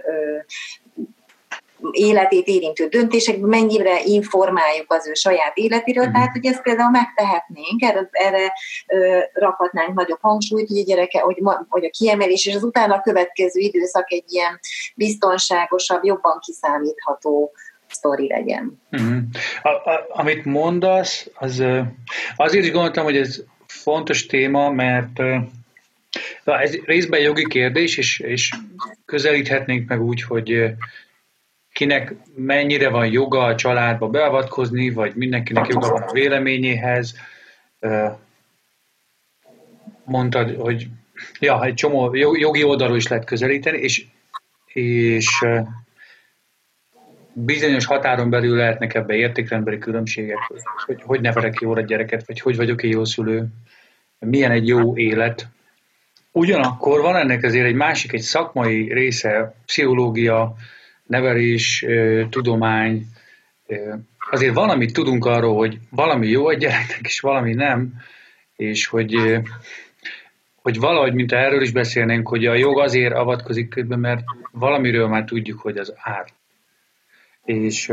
[SPEAKER 2] életét érintő döntésekben, mennyire informáljuk az ő saját életéről, tehát hogy ezt például megtehetnénk, erre rakhatnánk nagyobb hangsúlyt, hogy a gyereke, hogy a kiemelés és az utána következő időszak egy ilyen biztonságosabb, jobban kiszámítható sztori legyen.
[SPEAKER 3] Amit mondasz, azért is gondoltam, hogy ez fontos téma, mert ez részben jogi kérdés, és közelíthetnénk meg úgy, hogy kinek mennyire van joga a családba beavatkozni, vagy mindenkinek joga van a véleményéhez. Mondtad, hogy egy csomó jogi oldalról is lehet közelíteni, és bizonyos határon belül lehetnek ebbe értékrendbeli különbségek, hogy nevelek jól a gyereket, vagy hogy vagyok egy jó szülő, milyen egy jó élet. Ugyanakkor van ennek azért egy szakmai része, pszichológia, nevelés, tudomány. Azért valamit tudunk arról, hogy valami jó a gyereknek, és valami nem, és hogy valahogy, mint erről is beszélnénk, hogy a jog azért avatkozik közben, mert valamiről már tudjuk, hogy az árt. És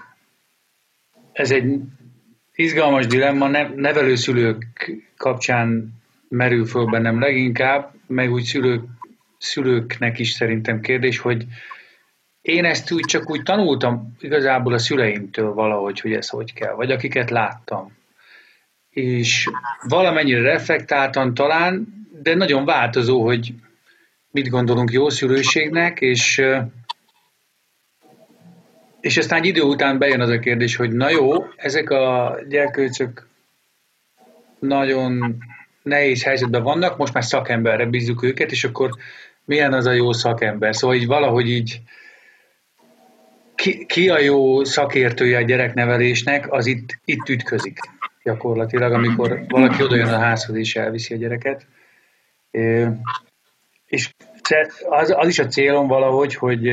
[SPEAKER 3] ez egy izgalmas dilemma, nevelőszülők kapcsán merül föl bennem leginkább, meg úgy szülőknek is szerintem kérdés, hogy én ezt csak úgy tanultam igazából a szüleimtől valahogy, hogy ez hogy kell, vagy akiket láttam. És valamennyire reflektáltan talán, de nagyon változó, hogy mit gondolunk jó szülőségnek, és aztán egy idő után bejön az a kérdés, hogy na jó, ezek a gyerkőcök nagyon nehéz helyzetben vannak, most már szakemberre bízzuk őket, és akkor milyen az a jó szakember? Szóval így valahogy így ki a jó szakértője a gyereknevelésnek, az itt ütközik gyakorlatilag, amikor valaki odajön a házhoz és elviszi a gyereket. És az is a célom valahogy,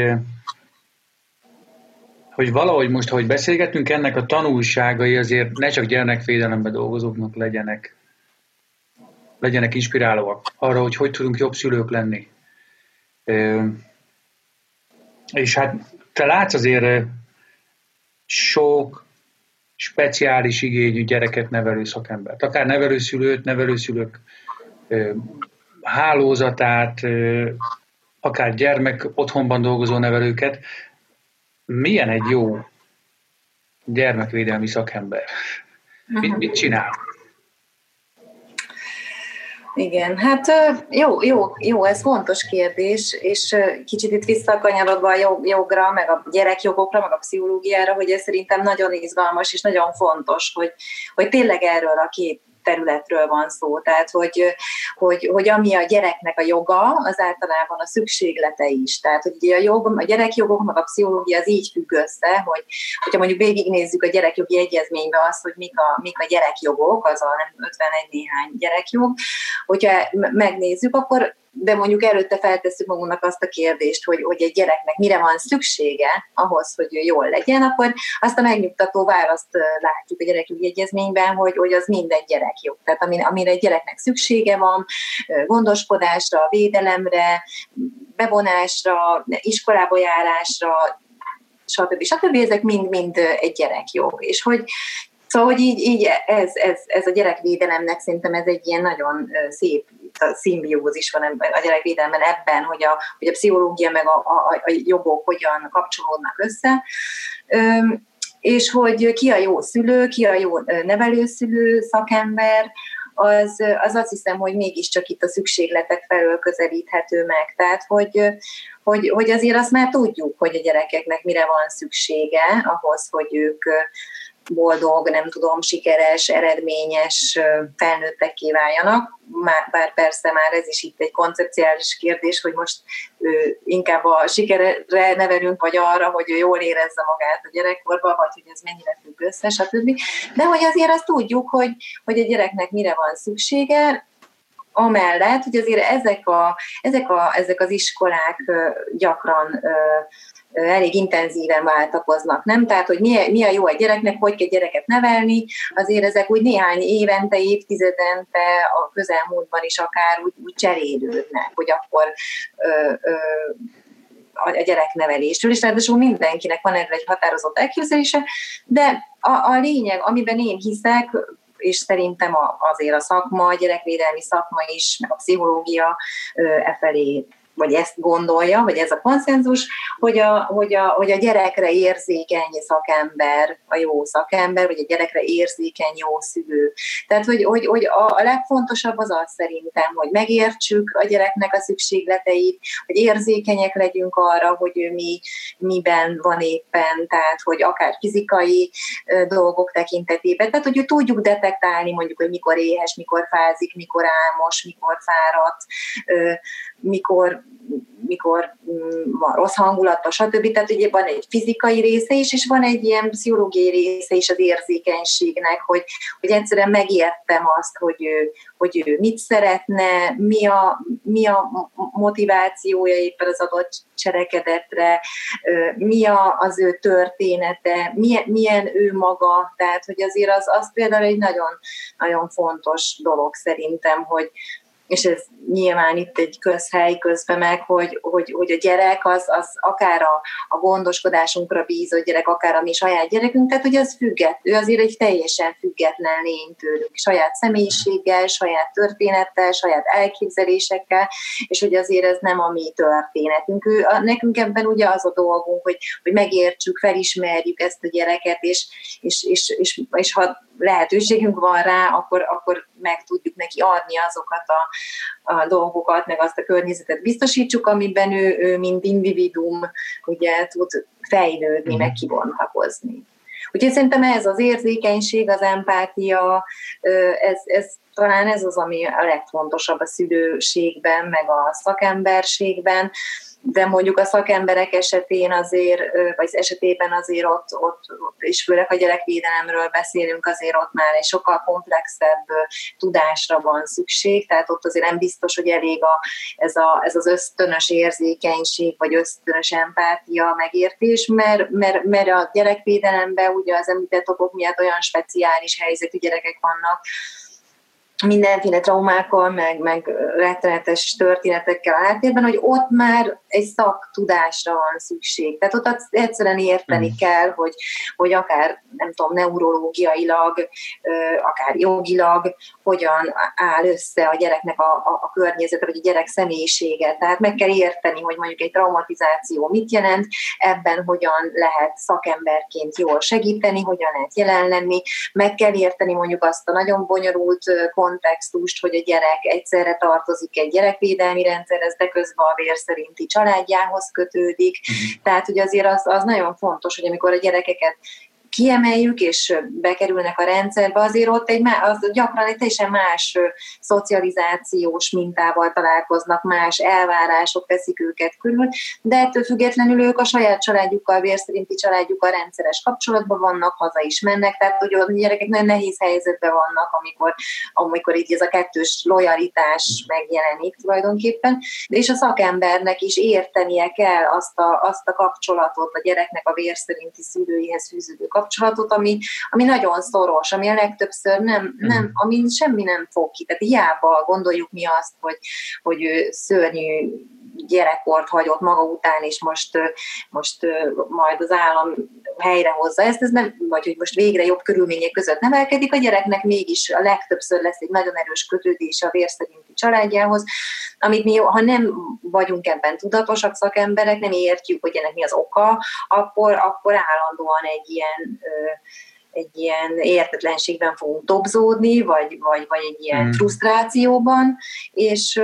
[SPEAKER 3] hogy valahogy most, ahogy beszélgetünk, ennek a tanulságai azért ne csak gyermekvédelemben dolgozóknak legyenek inspirálóak arra, hogy tudunk jobb szülők lenni. És hát te látsz azért sok speciális igényű gyereket nevelő szakembert, akár nevelőszülők hálózatát, akár gyermek otthonban dolgozó nevelőket. Milyen egy jó gyermekvédelmi szakember? Mit csinál?
[SPEAKER 2] Igen, hát jó, ez fontos kérdés, és kicsit itt visszakanyarodva a jogra, meg a gyerekjogokra, meg a pszichológiára, hogy ez szerintem nagyon izgalmas, és nagyon fontos, hogy tényleg erről a két területről van szó. Tehát, hogy ami a gyereknek a joga, az általában a szükséglete is. Tehát, hogy a gyerekjogok, meg a pszichológia az így függ össze, hogyha mondjuk végignézzük a gyerekjogi egyezménybe azt, hogy mik a gyerekjogok, az a 51 néhány gyerekjog, hogyha megnézzük, akkor de mondjuk előtte feltesszük magunknak azt a kérdést, hogy egy gyereknek mire van szüksége ahhoz, hogy jól legyen, akkor azt a megnyugtató választ látjuk a gyerekjogi egyezményben, hogy az minden gyerekjog. Tehát amire egy gyereknek szüksége van, gondoskodásra, védelemre, bevonásra, iskolába járásra, stb. Ezek mind egy gyerekjog. És Szóval, hogy így ez a gyerekvédelemnek szerintem ez egy ilyen nagyon szép szimbiózis van a gyerekvédelemben ebben, hogy a pszichológia meg a jogok hogyan kapcsolódnak össze. és hogy ki a jó szülő, ki a jó nevelőszülő, szakember, az azt hiszem, hogy mégiscsak itt a szükségletek felől közelíthető meg. Tehát, hogy azért azt már tudjuk, hogy a gyerekeknek mire van szüksége ahhoz, hogy ők boldog, nem tudom, sikeres, eredményes felnőttekké váljanak. Bár persze már ez is itt egy koncepciális kérdés, hogy most inkább a sikerre nevelünk, vagy arra, hogy ő jól érezze magát a gyerekkorban, vagy hogy ez mennyire függ össze, stb. De hogy azért azt tudjuk, hogy a gyereknek mire van szüksége, amellett, hogy azért ezek az iskolák gyakran elég intenzíven váltakoznak, nem? Tehát, hogy mi a jó a gyereknek, hogy kell gyereket nevelni, azért ezek úgy néhány évente, évtizedente, a közelmúltban is akár úgy cserélődnek, hogy akkor a gyereknevelésről, és ráadásul mindenkinek van erre egy határozott elképzelése, de a lényeg, amiben én hiszek, és szerintem azért a szakma, a gyerekvédelmi szakma is, meg a pszichológia felé, vagy ezt gondolja, vagy ez a konszenzus, hogy a gyerekre érzékeny szakember, a jó szakember, vagy a gyerekre érzékeny jó szülő. Tehát, hogy a legfontosabb az szerintem, hogy megértsük a gyereknek a szükségleteit, hogy érzékenyek legyünk arra, hogy ő miben van éppen, tehát, hogy akár fizikai dolgok tekintetében, tehát, hogy tudjuk detektálni mondjuk, hogy mikor éhes, mikor fázik, mikor álmos, mikor fáradt, mikor van rossz hangulatban, stb. Tehát ugye van egy fizikai része is, és van egy ilyen pszichológiai része is az érzékenységnek, hogy egyszerűen megértem azt, hogy ő mit szeretne, mi a motivációja éppen az adott cselekedetre, mi az ő története, milyen ő maga, tehát hogy azért az például egy nagyon, nagyon fontos dolog szerintem, és ez nyilván itt egy közhely közben meg, hogy a gyerek az akár a gondoskodásunkra bízott gyerek, akár a mi saját gyerekünk, tehát hogy az ő azért egy teljesen független lény tőlünk, saját személyiséggel, saját történettel, saját elképzelésekkel, és hogy azért ez nem a mi történetünk. Nekünk ebben ugye az a dolgunk, hogy megértsük, felismerjük ezt a gyereket, és ha lehetőségünk van rá, akkor meg tudjuk neki adni azokat a dolgokat, meg azt a környezetet biztosítsuk, amiben ő mint individuum ugye tud fejlődni, meg kibontakozni. Úgyhogy szerintem ez az érzékenység, az empátia, talán ez az, ami a legfontosabb a szülőségben, meg a szakemberségben, de mondjuk a szakemberek esetén azért, vagy esetében azért ott, és főleg a gyerekvédelemről beszélünk, azért ott már egy sokkal komplexebb tudásra van szükség, tehát ott azért nem biztos, hogy elég ez az ösztönös érzékenység, vagy ösztönös empátia, megértés, mert a gyerekvédelemben ugye az említett okok miatt olyan speciális helyzetű gyerekek vannak, mindenféle traumákkal, meg rettenetes történetekkel áttérben, hogy ott már egy szaktudásra van szükség. Tehát ott egyszerűen érteni kell, hogy akár, nem tudom, neurológiailag, akár jogilag, hogyan áll össze a gyereknek a környezete, vagy a gyerek személyisége. Tehát meg kell érteni, hogy mondjuk egy traumatizáció mit jelent, ebben hogyan lehet szakemberként jól segíteni, hogyan lehet jelen lenni, meg kell érteni mondjuk azt a nagyon bonyolult kontextust, hogy a gyerek egyszerre tartozik egy gyerekvédelmi rendszerhez, de közben a vér szerinti családjához kötődik. Tehát, hogy azért az nagyon fontos, hogy amikor a gyerekeket kiemeljük, és bekerülnek a rendszerbe, azért ott az gyakran egy teljesen más szocializációs mintával találkoznak, más elvárások veszik őket körül, de ettől függetlenül ők a saját családjukkal, vérszerinti családjukkal rendszeres kapcsolatban vannak, haza is mennek, tehát hogy a gyerekek nagyon nehéz helyzetben vannak, amikor így ez a kettős lojalitás megjelenik tulajdonképpen, és a szakembernek is értenie kell azt a kapcsolatot, a gyereknek a vérszerinti szülőihez fűződő kapcsolatot, ami nagyon szoros, ami a legtöbbször amin semmi nem fog ki. Tehát hiába gondoljuk mi azt, hogy ő szörnyű gyerekkort hagyott maga után, és most majd az állam helyrehozza ezt, ez nem, vagy hogy most végre jobb körülmények között nevelkedik, a gyereknek mégis a legtöbbször lesz egy nagyon erős kötődése a vérszerinti családjához, amit mi, ha nem vagyunk ebben tudatosak szakemberek, nem értjük, hogy ennek mi az oka, akkor állandóan egy ilyen értetlenségben fogunk dobzódni, vagy egy ilyen frusztrációban, és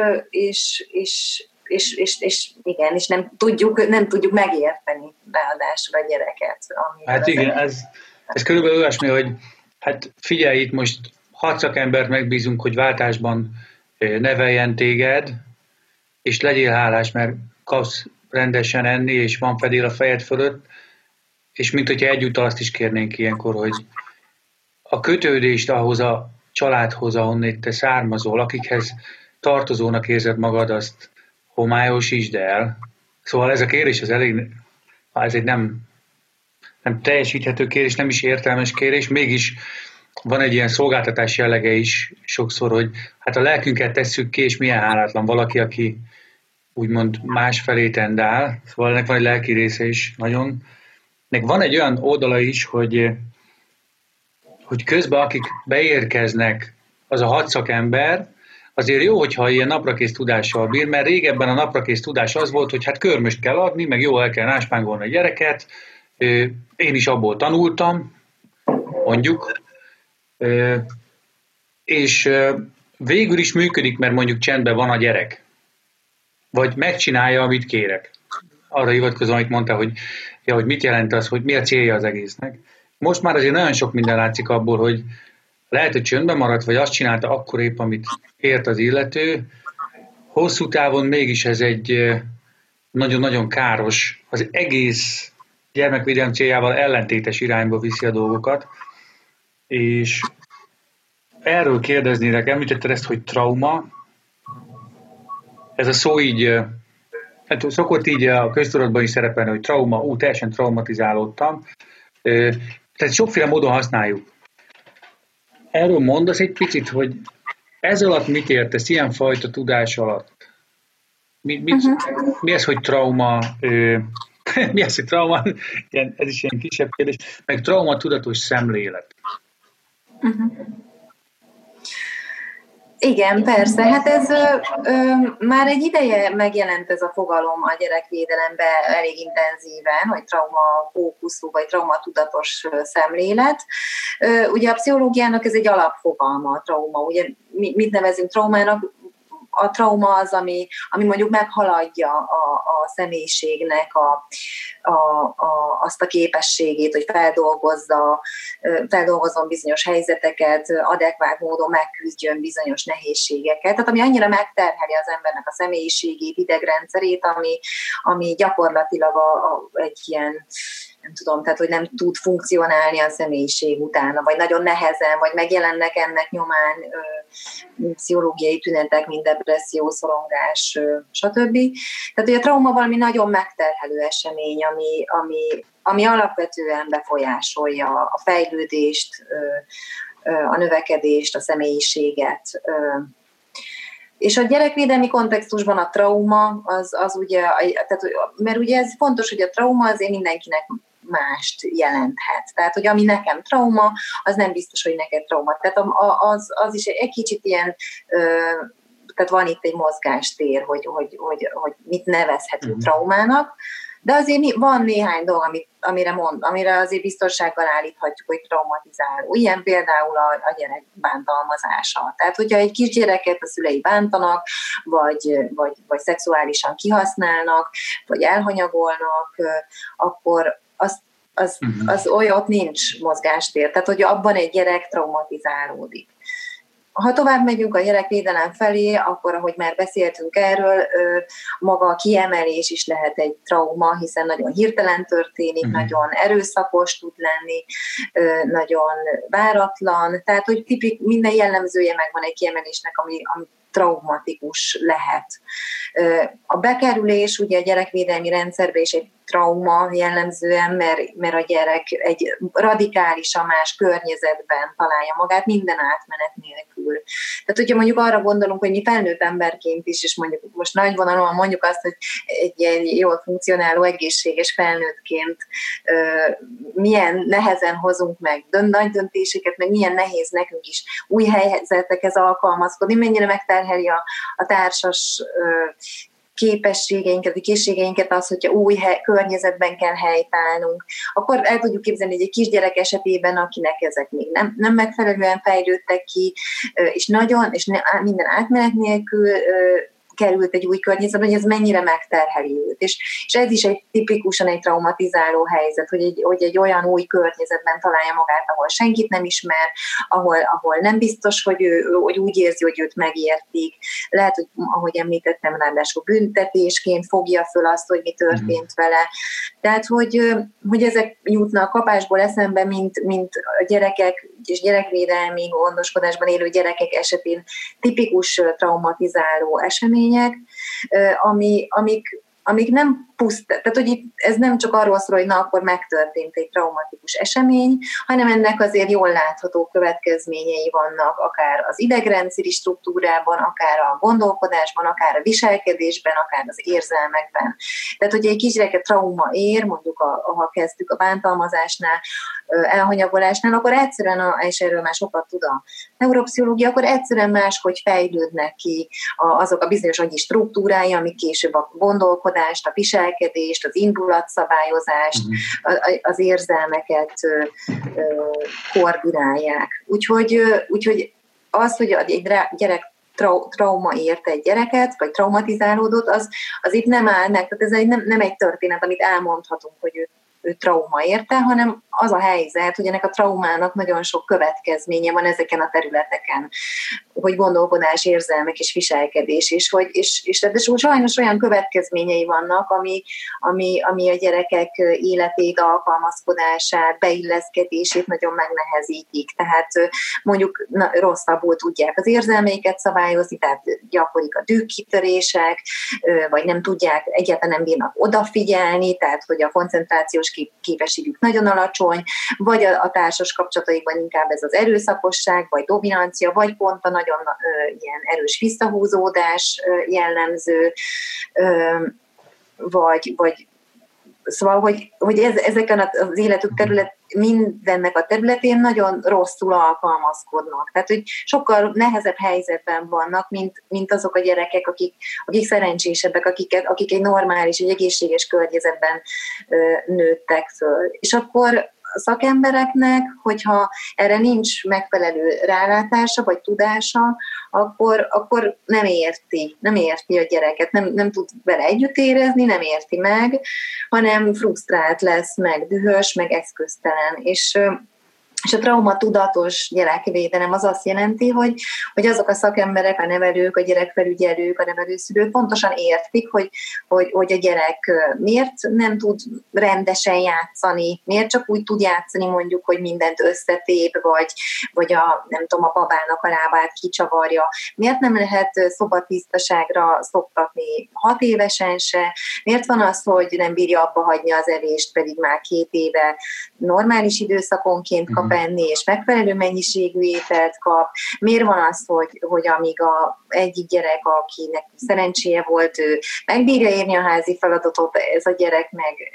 [SPEAKER 2] igen, és nem tudjuk megérteni ráadásul a gyereket.
[SPEAKER 3] Hát igen, ez körülbelül olyasmi, hogy hát figyelj, itt most 6 szakembert megbízunk, hogy váltásban neveljen téged, és legyél hálás, mert kapsz rendesen enni, és van fedél a fejed fölött, és mint hogyha egyúttal azt is kérnénk ilyenkor, hogy a kötődést ahhoz a családhoz, ahonnét te származol, akikhez tartozónak érzed magad, azt homályosítsd el. Szóval ez a kérés az elég, ez egy nem teljesíthető kérés, nem is értelmes kérés, mégis van egy ilyen szolgáltatás jellege is sokszor, hogy hát a lelkünket tesszük ki, és milyen hálátlan valaki, aki úgymond másfelé tendál. Szóval ennek van egy lelki része is nagyon. Nek van egy olyan oldala is, hogy közben akik beérkeznek, az a 6 szakember, azért jó, hogyha ilyen naprakész tudással bír, mert régebben a naprakész tudás az volt, hogy hát körmöst kell adni, meg jól el kell náspángolni a gyereket. Én is abból tanultam, mondjuk. És végül is működik, mert mondjuk csendben van a gyerek. Vagy megcsinálja, amit kérek. Arra hivatkozom, amit mondta, hogy mit jelent az, hogy mi a célja az egésznek. Most már azért nagyon sok minden látszik abból, hogy lehet, hogy csöndben maradt, vagy azt csinálta akkor épp, amit ért az illető. Hosszú távon mégis ez egy nagyon-nagyon káros, az egész gyermekvédelem céljával ellentétes irányba viszi a dolgokat. És erről kérdeznélek, említetted ezt, hogy trauma. Ez a szó így, hát szokott így a köztudatban is szerepelni, hogy trauma, teljesen traumatizálódtam. Tehát sokféle módon használjuk. Erről mondasz egy picit, hogy ez alatt mit értesz, ilyenfajta tudás alatt? Mi ez, hogy trauma? Mi az, hogy trauma? Ez is ilyen kisebb kérdés. Meg trauma tudatos szemlélet.
[SPEAKER 2] Igen, persze. Hát ez már egy ideje megjelent ez a fogalom a gyerekvédelemben elég intenzíven, hogy traumafókuszú vagy traumatudatos szemlélet. Ugye a pszichológiának ez egy alapfogalma, a trauma. Ugye mit nevezünk traumának? A trauma az, ami mondjuk meghaladja a személyiségnek azt a képességét, hogy feldolgozzon bizonyos helyzeteket, adekvát módon megküzdjön bizonyos nehézségeket. Tehát ami annyira megterheli az embernek a személyiségét, idegrendszerét, ami gyakorlatilag egy ilyen, nem tudom, tehát hogy nem tud funkcionálni a személyiség utána, vagy nagyon nehezen, vagy megjelennek ennek nyomán pszichológiai tünetek, mint depresszió, szorongás, stb. Tehát, hogy a trauma valami nagyon megterhelő esemény, ami alapvetően befolyásolja a fejlődést, a növekedést, a személyiséget. És a gyerekvédelmi kontextusban a trauma, az ugye, tehát, mert ugye ez fontos, hogy a trauma azért mindenkinek mást jelenthet. Tehát, hogy ami nekem trauma, az nem biztos, hogy neked trauma. Tehát az is egy kicsit ilyen, tehát van itt egy mozgástér, hogy mit nevezhetünk traumának, de azért van néhány dolog, amire azért biztonsággal állíthatjuk, hogy traumatizáló. Ilyen például a gyerek bántalmazása. Tehát, hogyha egy kisgyereket a szülei bántanak, vagy szexuálisan kihasználnak, vagy elhanyagolnak, akkor az olyan, ott nincs mozgástér. Tehát, hogy abban egy gyerek traumatizálódik. Ha tovább megyünk a gyerekvédelem felé, akkor, ahogy már beszéltünk erről, maga a kiemelés is lehet egy trauma, hiszen nagyon hirtelen történik, nagyon erőszakos tud lenni, nagyon váratlan. Tehát, hogy minden jellemzője megvan egy kiemelésnek, ami traumatikus lehet. A bekerülés ugye a gyerekvédelmi rendszerbe is egy trauma jellemzően, mert a gyerek egy radikálisan más környezetben találja magát minden átmenet nélkül. kerül. Tehát, hogyha mondjuk arra gondolunk, hogy mi felnőtt emberként is, és mondjuk most nagy vonalon mondjuk azt, hogy egy ilyen jól funkcionáló, egészséges felnőttként milyen nehezen hozunk meg nagy döntéseket, meg milyen nehéz nekünk is új helyzetekhez alkalmazkodni, mennyire megterheli a társas képességeinket, vagy készségeinket az, hogyha új környezetben kell helytállnunk, akkor el tudjuk képzelni, hogy egy kisgyerek esetében, akinek ezek még nem megfelelően fejlődtek ki, és minden átmenet nélkül került egy új környezetben, hogy ez mennyire megterheli őt. És ez is egy tipikusan egy traumatizáló helyzet, hogy egy olyan új környezetben találja magát, ahol senkit nem ismer, ahol nem biztos, hogy úgy érzi, hogy őt megértik. Lehet, hogy ahogy említettem, ráadásul büntetésként fogja föl azt, hogy mi történt vele. Tehát, hogy ezek jutnak kapásból eszembe, mint a gyerekek és gyerekvédelmi gondoskodásban élő gyerekek esetén tipikus traumatizáló események, amik nem puszta, tehát hogy ez nem csak arról szól, hogy akkor megtörtént egy traumatikus esemény, hanem ennek azért jól látható következményei vannak, akár az idegrendszeri struktúrában, akár a gondolkodásban, akár a viselkedésben, akár az érzelmekben. Tehát, hogy egy kisgyereket trauma ér, mondjuk ha kezdtük a bántalmazásnál, elhanyagolásnál, akkor egyszerűen, és erről már sokat tud a neuropszichológia, akkor egyszerűen máshogy fejlődnek ki azok a bizonyos agyi struktúrái, amik később a gondolkodást, a viselkedést, az indulatszabályozást, az érzelmeket koordinálják. Úgyhogy az, hogy egy gyerek trauma érte egy gyereket, vagy traumatizálódott, az itt nem áll meg. Tehát ez nem egy történet, amit elmondhatunk, hogy ő trauma érte, hanem az a helyzet, hogy ennek a traumának nagyon sok következménye van ezeken a területeken, hogy gondolkodás, érzelmek és viselkedés, és sajnos olyan következményei vannak, ami a gyerekek életét, alkalmazkodását, beilleszkedését nagyon megnehezítik. Tehát mondjuk rosszabbul tudják az érzelmeiket szabályozni, tehát gyakorik a dühkitörések, vagy nem tudják, egyáltalán nem bírnak odafigyelni, tehát hogy a koncentrációs képességük nagyon alacsony, vagy a társas kapcsolataikban inkább ez az erőszakosság, vagy dominancia, vagy pont a nagyon ilyen erős visszahúzódás jellemző, vagy szóval, hogy ezeken az életük mindennek a területén nagyon rosszul alkalmazkodnak. Tehát, hogy sokkal nehezebb helyzetben vannak, mint azok a gyerekek, akik szerencsésebbek, akik egy normális, egy egészséges környezetben nőttek föl. És akkor a szakembereknek, hogyha erre nincs megfelelő rálátása vagy tudása, akkor nem érti a gyereket, nem tud vele együtt érezni, nem érti meg, hanem frusztrált lesz, meg dühös, meg eszköztelen. És a traumatudatos gyerekvédelem az azt jelenti, hogy azok a szakemberek, a nevelők, a gyerekfelügyelők, a nevelőszülők pontosan értik, hogy a gyerek miért nem tud rendesen játszani, miért csak úgy tud játszani mondjuk, hogy mindent összetép, vagy nem tudom, a babának a lábát kicsavarja. Miért nem lehet szobatisztaságra szoktatni 6 évesen se? Miért van az, hogy nem bírja abba hagyni az evést, pedig már 2 éve normális időszakonként kap enni, és megfelelő mennyiségű ételt kap. Miért van az, hogy amíg egyik gyerek, akinek szerencséje volt, ő megbírja érni a házi feladatot, ez a gyerek meg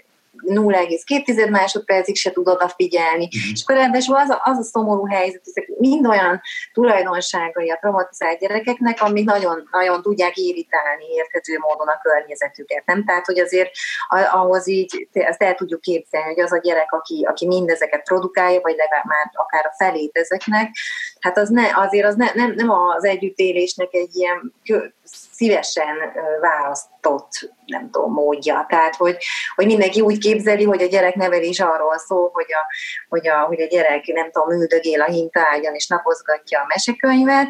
[SPEAKER 2] 0,2 másodpercig se tud odafigyelni. És akkor ráadásul az a szomorú helyzet, ezek mind olyan tulajdonságai a traumatizált gyerekeknek, amik nagyon, nagyon tudják irritálni érthető módon a környezetüket. Nem? Tehát, hogy azért ahhoz így, ezt el tudjuk képzelni, hogy az a gyerek, aki mindezeket produkálja, vagy legalább már akár a felét ezeknek, hát azért nem az együttélésnek egy ilyen szívesen választott, nem tudom, módja. Tehát, hogy mindenki úgy képzeli, hogy a gyereknevelés arról szól, hogy a gyerek, nem tudom, üldögél a hintaágyon, és napozgatja a mesekönyvet,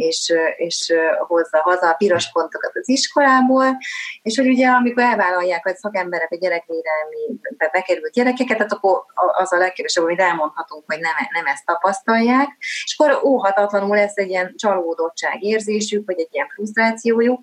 [SPEAKER 2] és hozza haza a piros pontokat az iskolából, és hogy ugye, amikor elvállalják a szakemberek a gyerekvédelmibe bekerült gyerekeket, hát akkor az a legkevesebb, amit elmondhatunk, hogy nem ezt tapasztalják, és akkor óhatatlanul lesz egy ilyen csalódottság érzésük, vagy egy ilyen frusztrációjuk,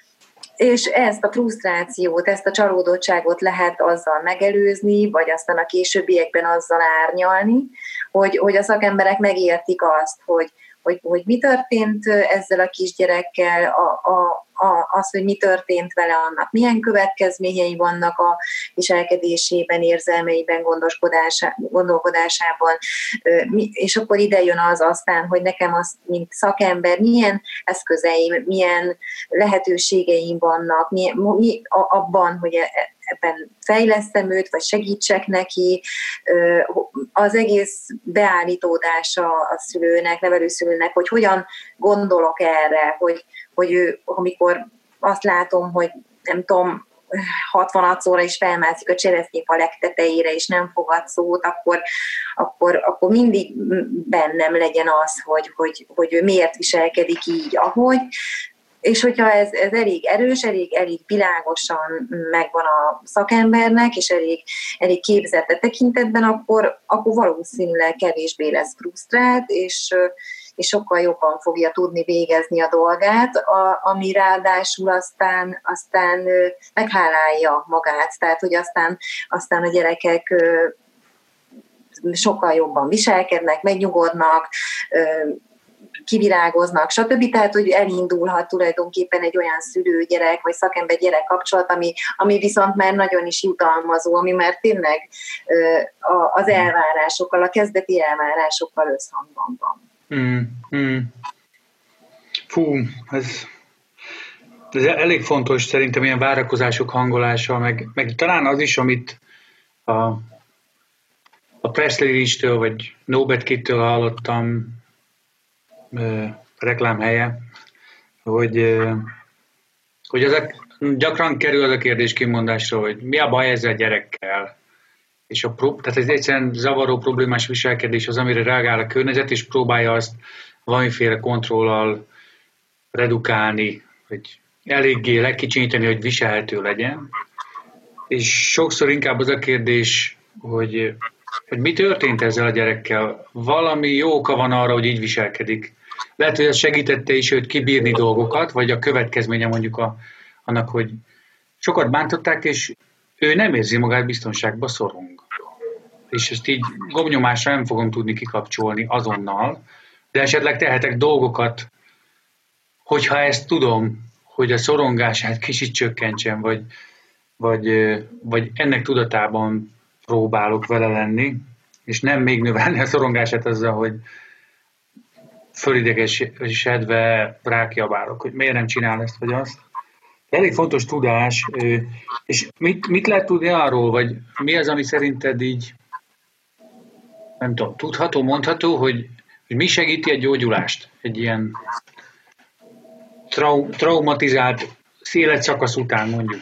[SPEAKER 2] és ezt a frusztrációt, ezt a csalódottságot lehet azzal megelőzni, vagy aztán a későbbiekben azzal árnyalni, hogy a szakemberek megértik azt, hogy hogy mi történt ezzel a kisgyerekkel, az, hogy mi történt vele, annak milyen következményei vannak a viselkedésében, érzelmeiben, gondolkodásában, és akkor ide jön az aztán, hogy nekem az, mint szakember, milyen eszközeim, milyen lehetőségeim vannak, abban, hogy ebben fejlesztem őt, vagy segítsek neki, az egész beállítódása a szülőnek, nevelőszülőnek, hogy hogyan gondolok erre, hogy ő, amikor azt látom, hogy nem tudom, 66-szorra is felmászik a cseresznyéfa legtetejére, és nem fogad szót, akkor mindig bennem legyen az, hogy ő miért viselkedik így, ahogy. És hogyha ez elég erős, elég világosan megvan a szakembernek, és elég képzett a tekintetben, akkor valószínűleg kevésbé lesz frusztrált, és sokkal jobban fogja tudni végezni a dolgát, ami ráadásul aztán meghálálja magát. Tehát, hogy aztán a gyerekek sokkal jobban viselkednek, megnyugodnak, kivirágoznak, stb. Tehát, hogy elindulhat tulajdonképpen egy olyan szülő-gyerek, vagy szakember-gyerek kapcsolat, ami viszont már nagyon is jutalmazó, ami már tényleg az elvárásokkal, a kezdeti elvárásokkal összhangban van.
[SPEAKER 3] Fú, ez elég fontos szerintem ilyen várakozások hangolása, meg talán az is, amit a Presley-től vagy Nobet Kittől hallottam reklámhelye, hogy gyakran kerül az a kérdés kimondásra, hogy mi a baj ezzel a gyerekkel. És tehát ez egyszerűen zavaró, problémás viselkedés az, amire reagál a környezet, és próbálja azt valamiféle kontrollal redukálni, hogy eléggé lekicsinyíteni, hogy viselhető legyen. És sokszor inkább az a kérdés, hogy mi történt ezzel a gyerekkel. Valami jó oka van arra, hogy így viselkedik. Lehet, hogy ez segítette is őt kibírni dolgokat, vagy a következménye mondjuk annak, hogy sokat bántották, és ő nem érzi magát biztonságban, szorong. És ezt így gombnyomásra nem fogom tudni kikapcsolni azonnal, de esetleg tehetek dolgokat, hogyha ezt tudom, hogy a szorongását kicsit csökkentsem, vagy ennek tudatában próbálok vele lenni, és nem még növelni a szorongását azzal, hogy fölidegesedve rákiabálok, hogy miért nem csinál ezt vagy azt. Elég fontos tudás, és mit lehet tudni arról, vagy mi az, ami szerinted így, nem tudom, tudható, mondható, hogy mi segíti a gyógyulást egy ilyen traumatizált életszakasz után, mondjuk?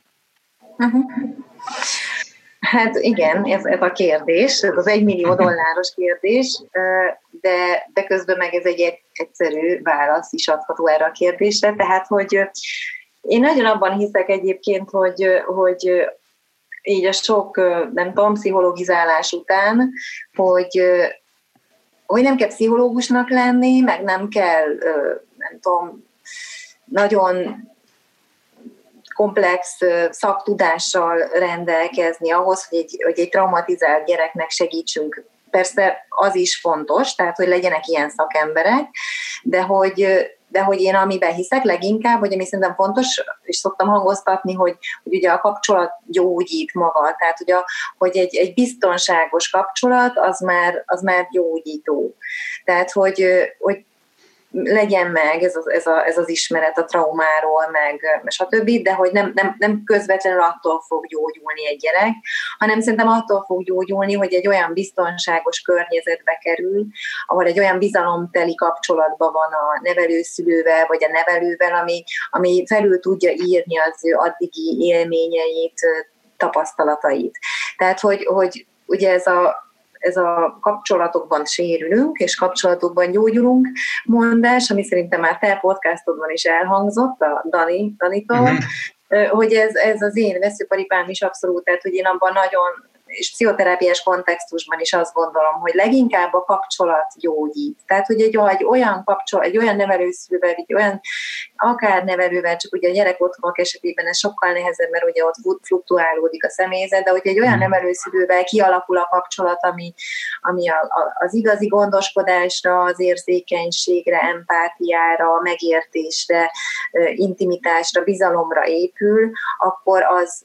[SPEAKER 2] Hát igen, ez a kérdés, ez az $1 millió kérdés, de közben meg ez egy egyszerű válasz is adható erre a kérdésre, tehát, hogy én nagyon abban hiszek egyébként, hogy így a sok, nem tudom, pszichologizálás után, hogy nem kell pszichológusnak lenni, meg nem kell, nem tudom, nagyon komplex szaktudással rendelkezni ahhoz, hogy egy traumatizált gyereknek segítsünk. Persze az is fontos, tehát hogy legyenek ilyen szakemberek, de hogy én amiben hiszek leginkább, hogy ami szerintem fontos, és szoktam hangoztatni, hogy ugye a kapcsolat gyógyít maga, tehát hogy egy biztonságos kapcsolat az már gyógyító. Tehát hogy legyen meg ez az ismeret a traumáról, meg stb., de hogy nem közvetlenül attól fog gyógyulni egy gyerek, hanem szerintem attól fog gyógyulni, hogy egy olyan biztonságos környezetbe kerül, ahol egy olyan bizalomteli kapcsolatban van a nevelőszülővel, vagy a nevelővel, ami felül tudja írni az ő addigi élményeit, tapasztalatait. Tehát, hogy ugye ez a kapcsolatokban sérülünk, és kapcsolatokban gyógyulunk mondás, ami szerintem már te podcastodban is elhangzott, a Danitól, hogy ez az én veszőparipám is abszolút, tehát hogy én abban nagyon és pszichoterápiás kontextusban is azt gondolom, hogy leginkább a kapcsolat gyógyít. Tehát, hogy egy olyan kapcsolat, egy olyan nevelőszülővel, egy olyan akár nevelővel, csak ugye a gyerekotthonok esetében ez sokkal nehezebb, mert ugye ott fluktuálódik a személyzet, de hogy egy olyan nevelőszülővel kialakul a kapcsolat, ami az igazi gondoskodásra, az érzékenységre, empátiára, megértésre, intimitásra, bizalomra épül, akkor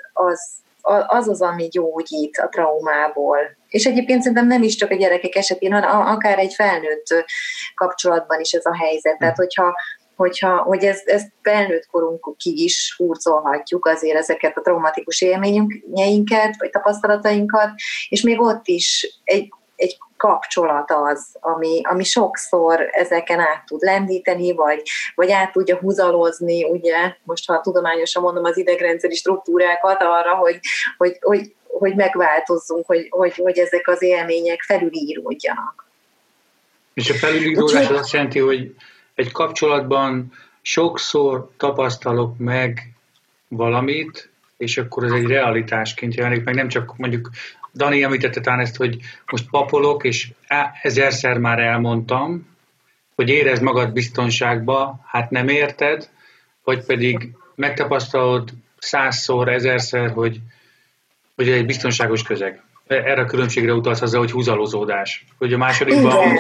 [SPEAKER 2] az, ami gyógyít a traumából. És egyébként szerintem nem is csak a gyerekek esetén, hanem akár egy felnőtt kapcsolatban is ez a helyzet. Tehát, hogy ezt felnőtt korunkig is hurcolhatjuk azért ezeket a traumatikus élményeinket, vagy tapasztalatainkat, és még ott is egy kapcsolat az, ami sokszor ezeken át tud lendíteni, vagy át tudja húzalozni, ugye, most ha tudományosan mondom az idegrendszeri struktúrákat arra, hogy megváltozzunk, hogy ezek az élmények felülíródjanak.
[SPEAKER 3] És a felülíródás az azt jelenti, hogy egy kapcsolatban sokszor tapasztalok meg valamit, és akkor ez egy realitásként jelenik meg, nem csak mondjuk Dani említette talán ezt, hogy most papolok, és ezerszer már elmondtam, hogy érezd magad biztonságba, hát nem érted, vagy pedig megtapasztalod 100-szor, 1000-szer, hogy egy biztonságos közeg. Erre a különbségre utalsz azzal, hogy húzalozódás. Hogy a másodikban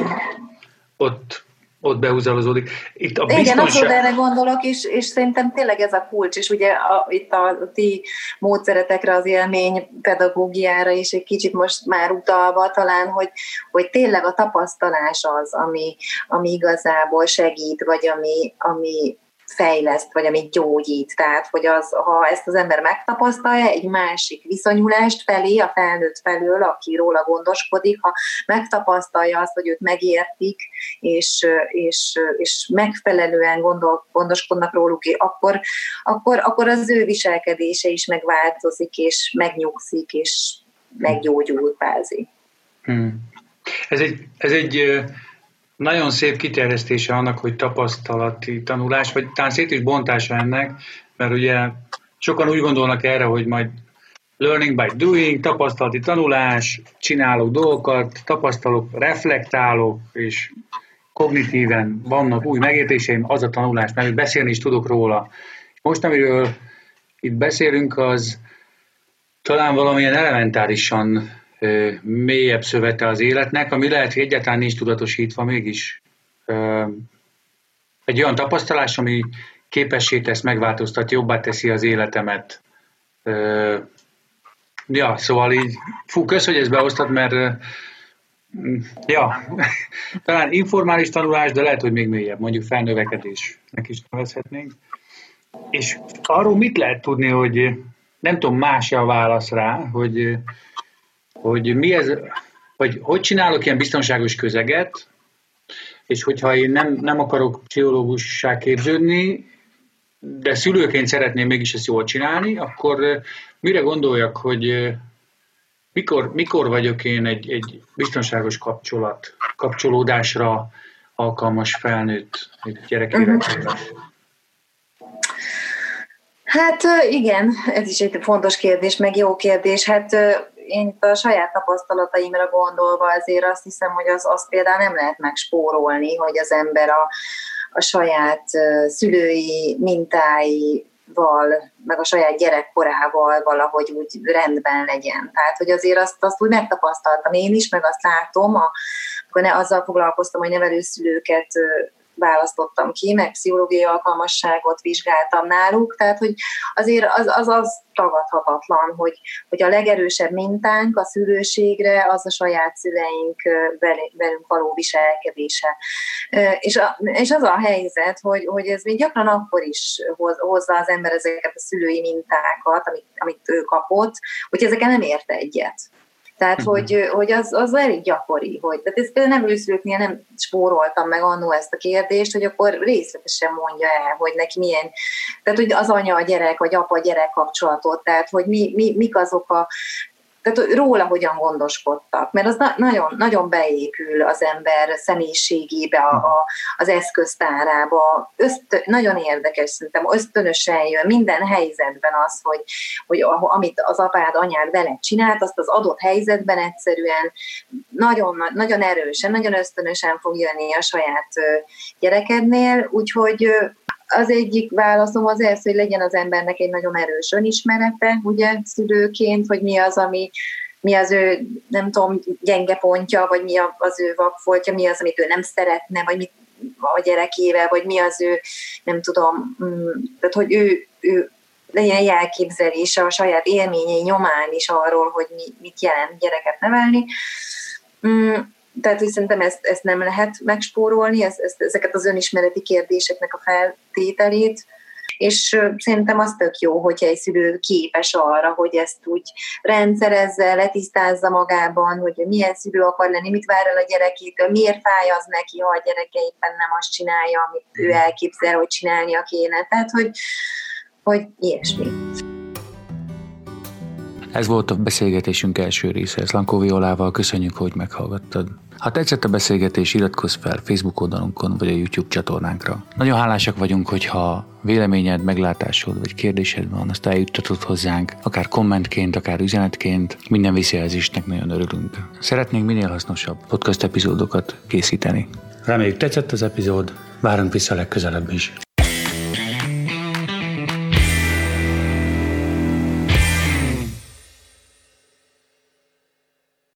[SPEAKER 3] ott behúzalozódik. Itt a
[SPEAKER 2] igen, abszolút erre gondolok, és szerintem tényleg ez a kulcs, és ugye itt a ti módszeretekre, az élmény pedagógiára is egy kicsit most már utalva talán, hogy tényleg a tapasztalás az, ami igazából segít, vagy ami fejleszt, vagy amit gyógyít. Tehát, hogy ha ezt az ember megtapasztalja, egy másik viszonyulást felé, a felnőtt felől, aki róla gondoskodik, ha megtapasztalja azt, hogy őt megértik, és megfelelően gondoskodnak róluk, akkor az ő viselkedése is megváltozik, és megnyugszik, és meggyógyul kvázi.
[SPEAKER 3] Ez egy nagyon szép kiterjesztése annak, hogy tapasztalati tanulás, vagy talán szét is bontása ennek, mert ugye sokan úgy gondolnak erre, hogy majd learning by doing, tapasztalati tanulás, csinálok dolgokat, tapasztalok, reflektálok, és kognitíven vannak új megértéseim, az a tanulás, mert beszélni is tudok róla. Most, amiről itt beszélünk, az talán valamilyen elementárisan mélyebb szövete az életnek, ami lehet, hogy egyáltalán nincs tudatosítva, mégis egy olyan tapasztalás, ami képessé tesz, megváltoztat, jobbá teszi az életemet. Ja, szóval így, kösz, hogy ezt behoztad, mert talán informális tanulás, de lehet, hogy még mélyebb, mondjuk felnövekedésnek is nevezhetnénk. És arról mit lehet tudni, hogy nem tudom, más a válasz rá, hogy mi ez, vagy hogy csinálok ilyen biztonságos közeget, és hogyha én nem akarok pszichológussá képződni, de szülőként szeretném mégis ezt jól csinálni, akkor mire gondoljak, hogy mikor vagyok én egy biztonságos kapcsolódásra alkalmas felnőtt egy gyerek életében?
[SPEAKER 2] Hát igen, ez is egy fontos kérdés, meg jó kérdés. Hát én a saját tapasztalataimra gondolva azért azt hiszem, hogy az például nem lehet megspórolni, hogy az ember a saját szülői mintáival, meg a saját gyerekkorával valahogy úgy rendben legyen. Tehát, hogy azért azt úgy megtapasztaltam én is, meg azt látom, akkor azzal foglalkoztam, hogy nevelőszülőket választottam ki, meg pszichológiai alkalmasságot vizsgáltam náluk, tehát hogy azért az tagadhatatlan, hogy a legerősebb mintánk a szülőségre az a saját szüleink velünk való viselkedése. És az a helyzet, hogy ez még gyakran akkor is hozza az ember ezeket a szülői mintákat, amit ő kapott, hogy ezeken nem ért egyet. Tehát, hogy az elég gyakori, tehát ezt például nevelőszülőknél nem spóroltam meg annó ezt a kérdést, hogy akkor részletesen mondja el, hogy neki milyen, tehát hogy az anya a gyerek, vagy apa a gyerek kapcsolatot, tehát hogy mik azok tehát róla hogyan gondoskodtak, mert az nagyon, nagyon beépül az ember személyiségébe, az eszköztárába. Nagyon érdekes, szerintem ösztönösen jön minden helyzetben az, hogy amit az apád, anyád veled csinált, azt az adott helyzetben egyszerűen nagyon, nagyon erősen, nagyon ösztönösen fog jönni a saját gyerekednél, úgyhogy az egyik válaszom az ez, hogy legyen az embernek egy nagyon erős önismerete, ugye, szülőként, hogy mi az ő, nem tudom, gyenge pontja, vagy mi az ő vakfoltja, mi az, amit ő nem szeretne, vagy mit a gyerekével, vagy mi az ő, nem tudom, tehát, hogy ő legyen egy elképzelése a saját élményei nyomán is arról, hogy mit jelent gyereket nevelni. Tehát, hogy szerintem ezt nem lehet megspórolni, ezeket az önismereti kérdéseknek a feltételét, és szerintem az tök jó, hogyha egy szülő képes arra, hogy ezt úgy rendszerezze, letisztázza magában, hogy milyen szülő akar lenni, mit vár el a gyerekétől, miért fáj az neki, ha a gyereke éppen nem azt csinálja, amit ő elképzel, hogy csinálnia kéne. Tehát, hogy ilyesmi.
[SPEAKER 1] Ez volt a beszélgetésünk első része. Szlankó Violával, köszönjük, hogy meghallgattad. Ha tetszett a beszélgetés, iratkozz fel Facebook oldalunkon vagy a YouTube csatornánkra. Nagyon hálásak vagyunk, hogyha véleményed, meglátásod vagy kérdésed van, azt eljuttatod hozzánk, akár kommentként, akár üzenetként. Minden visszajelzésnek nagyon örülünk. Szeretnénk minél hasznosabb podcast epizódokat készíteni. Reméljük tetszett az epizód, várunk vissza legközelebb is.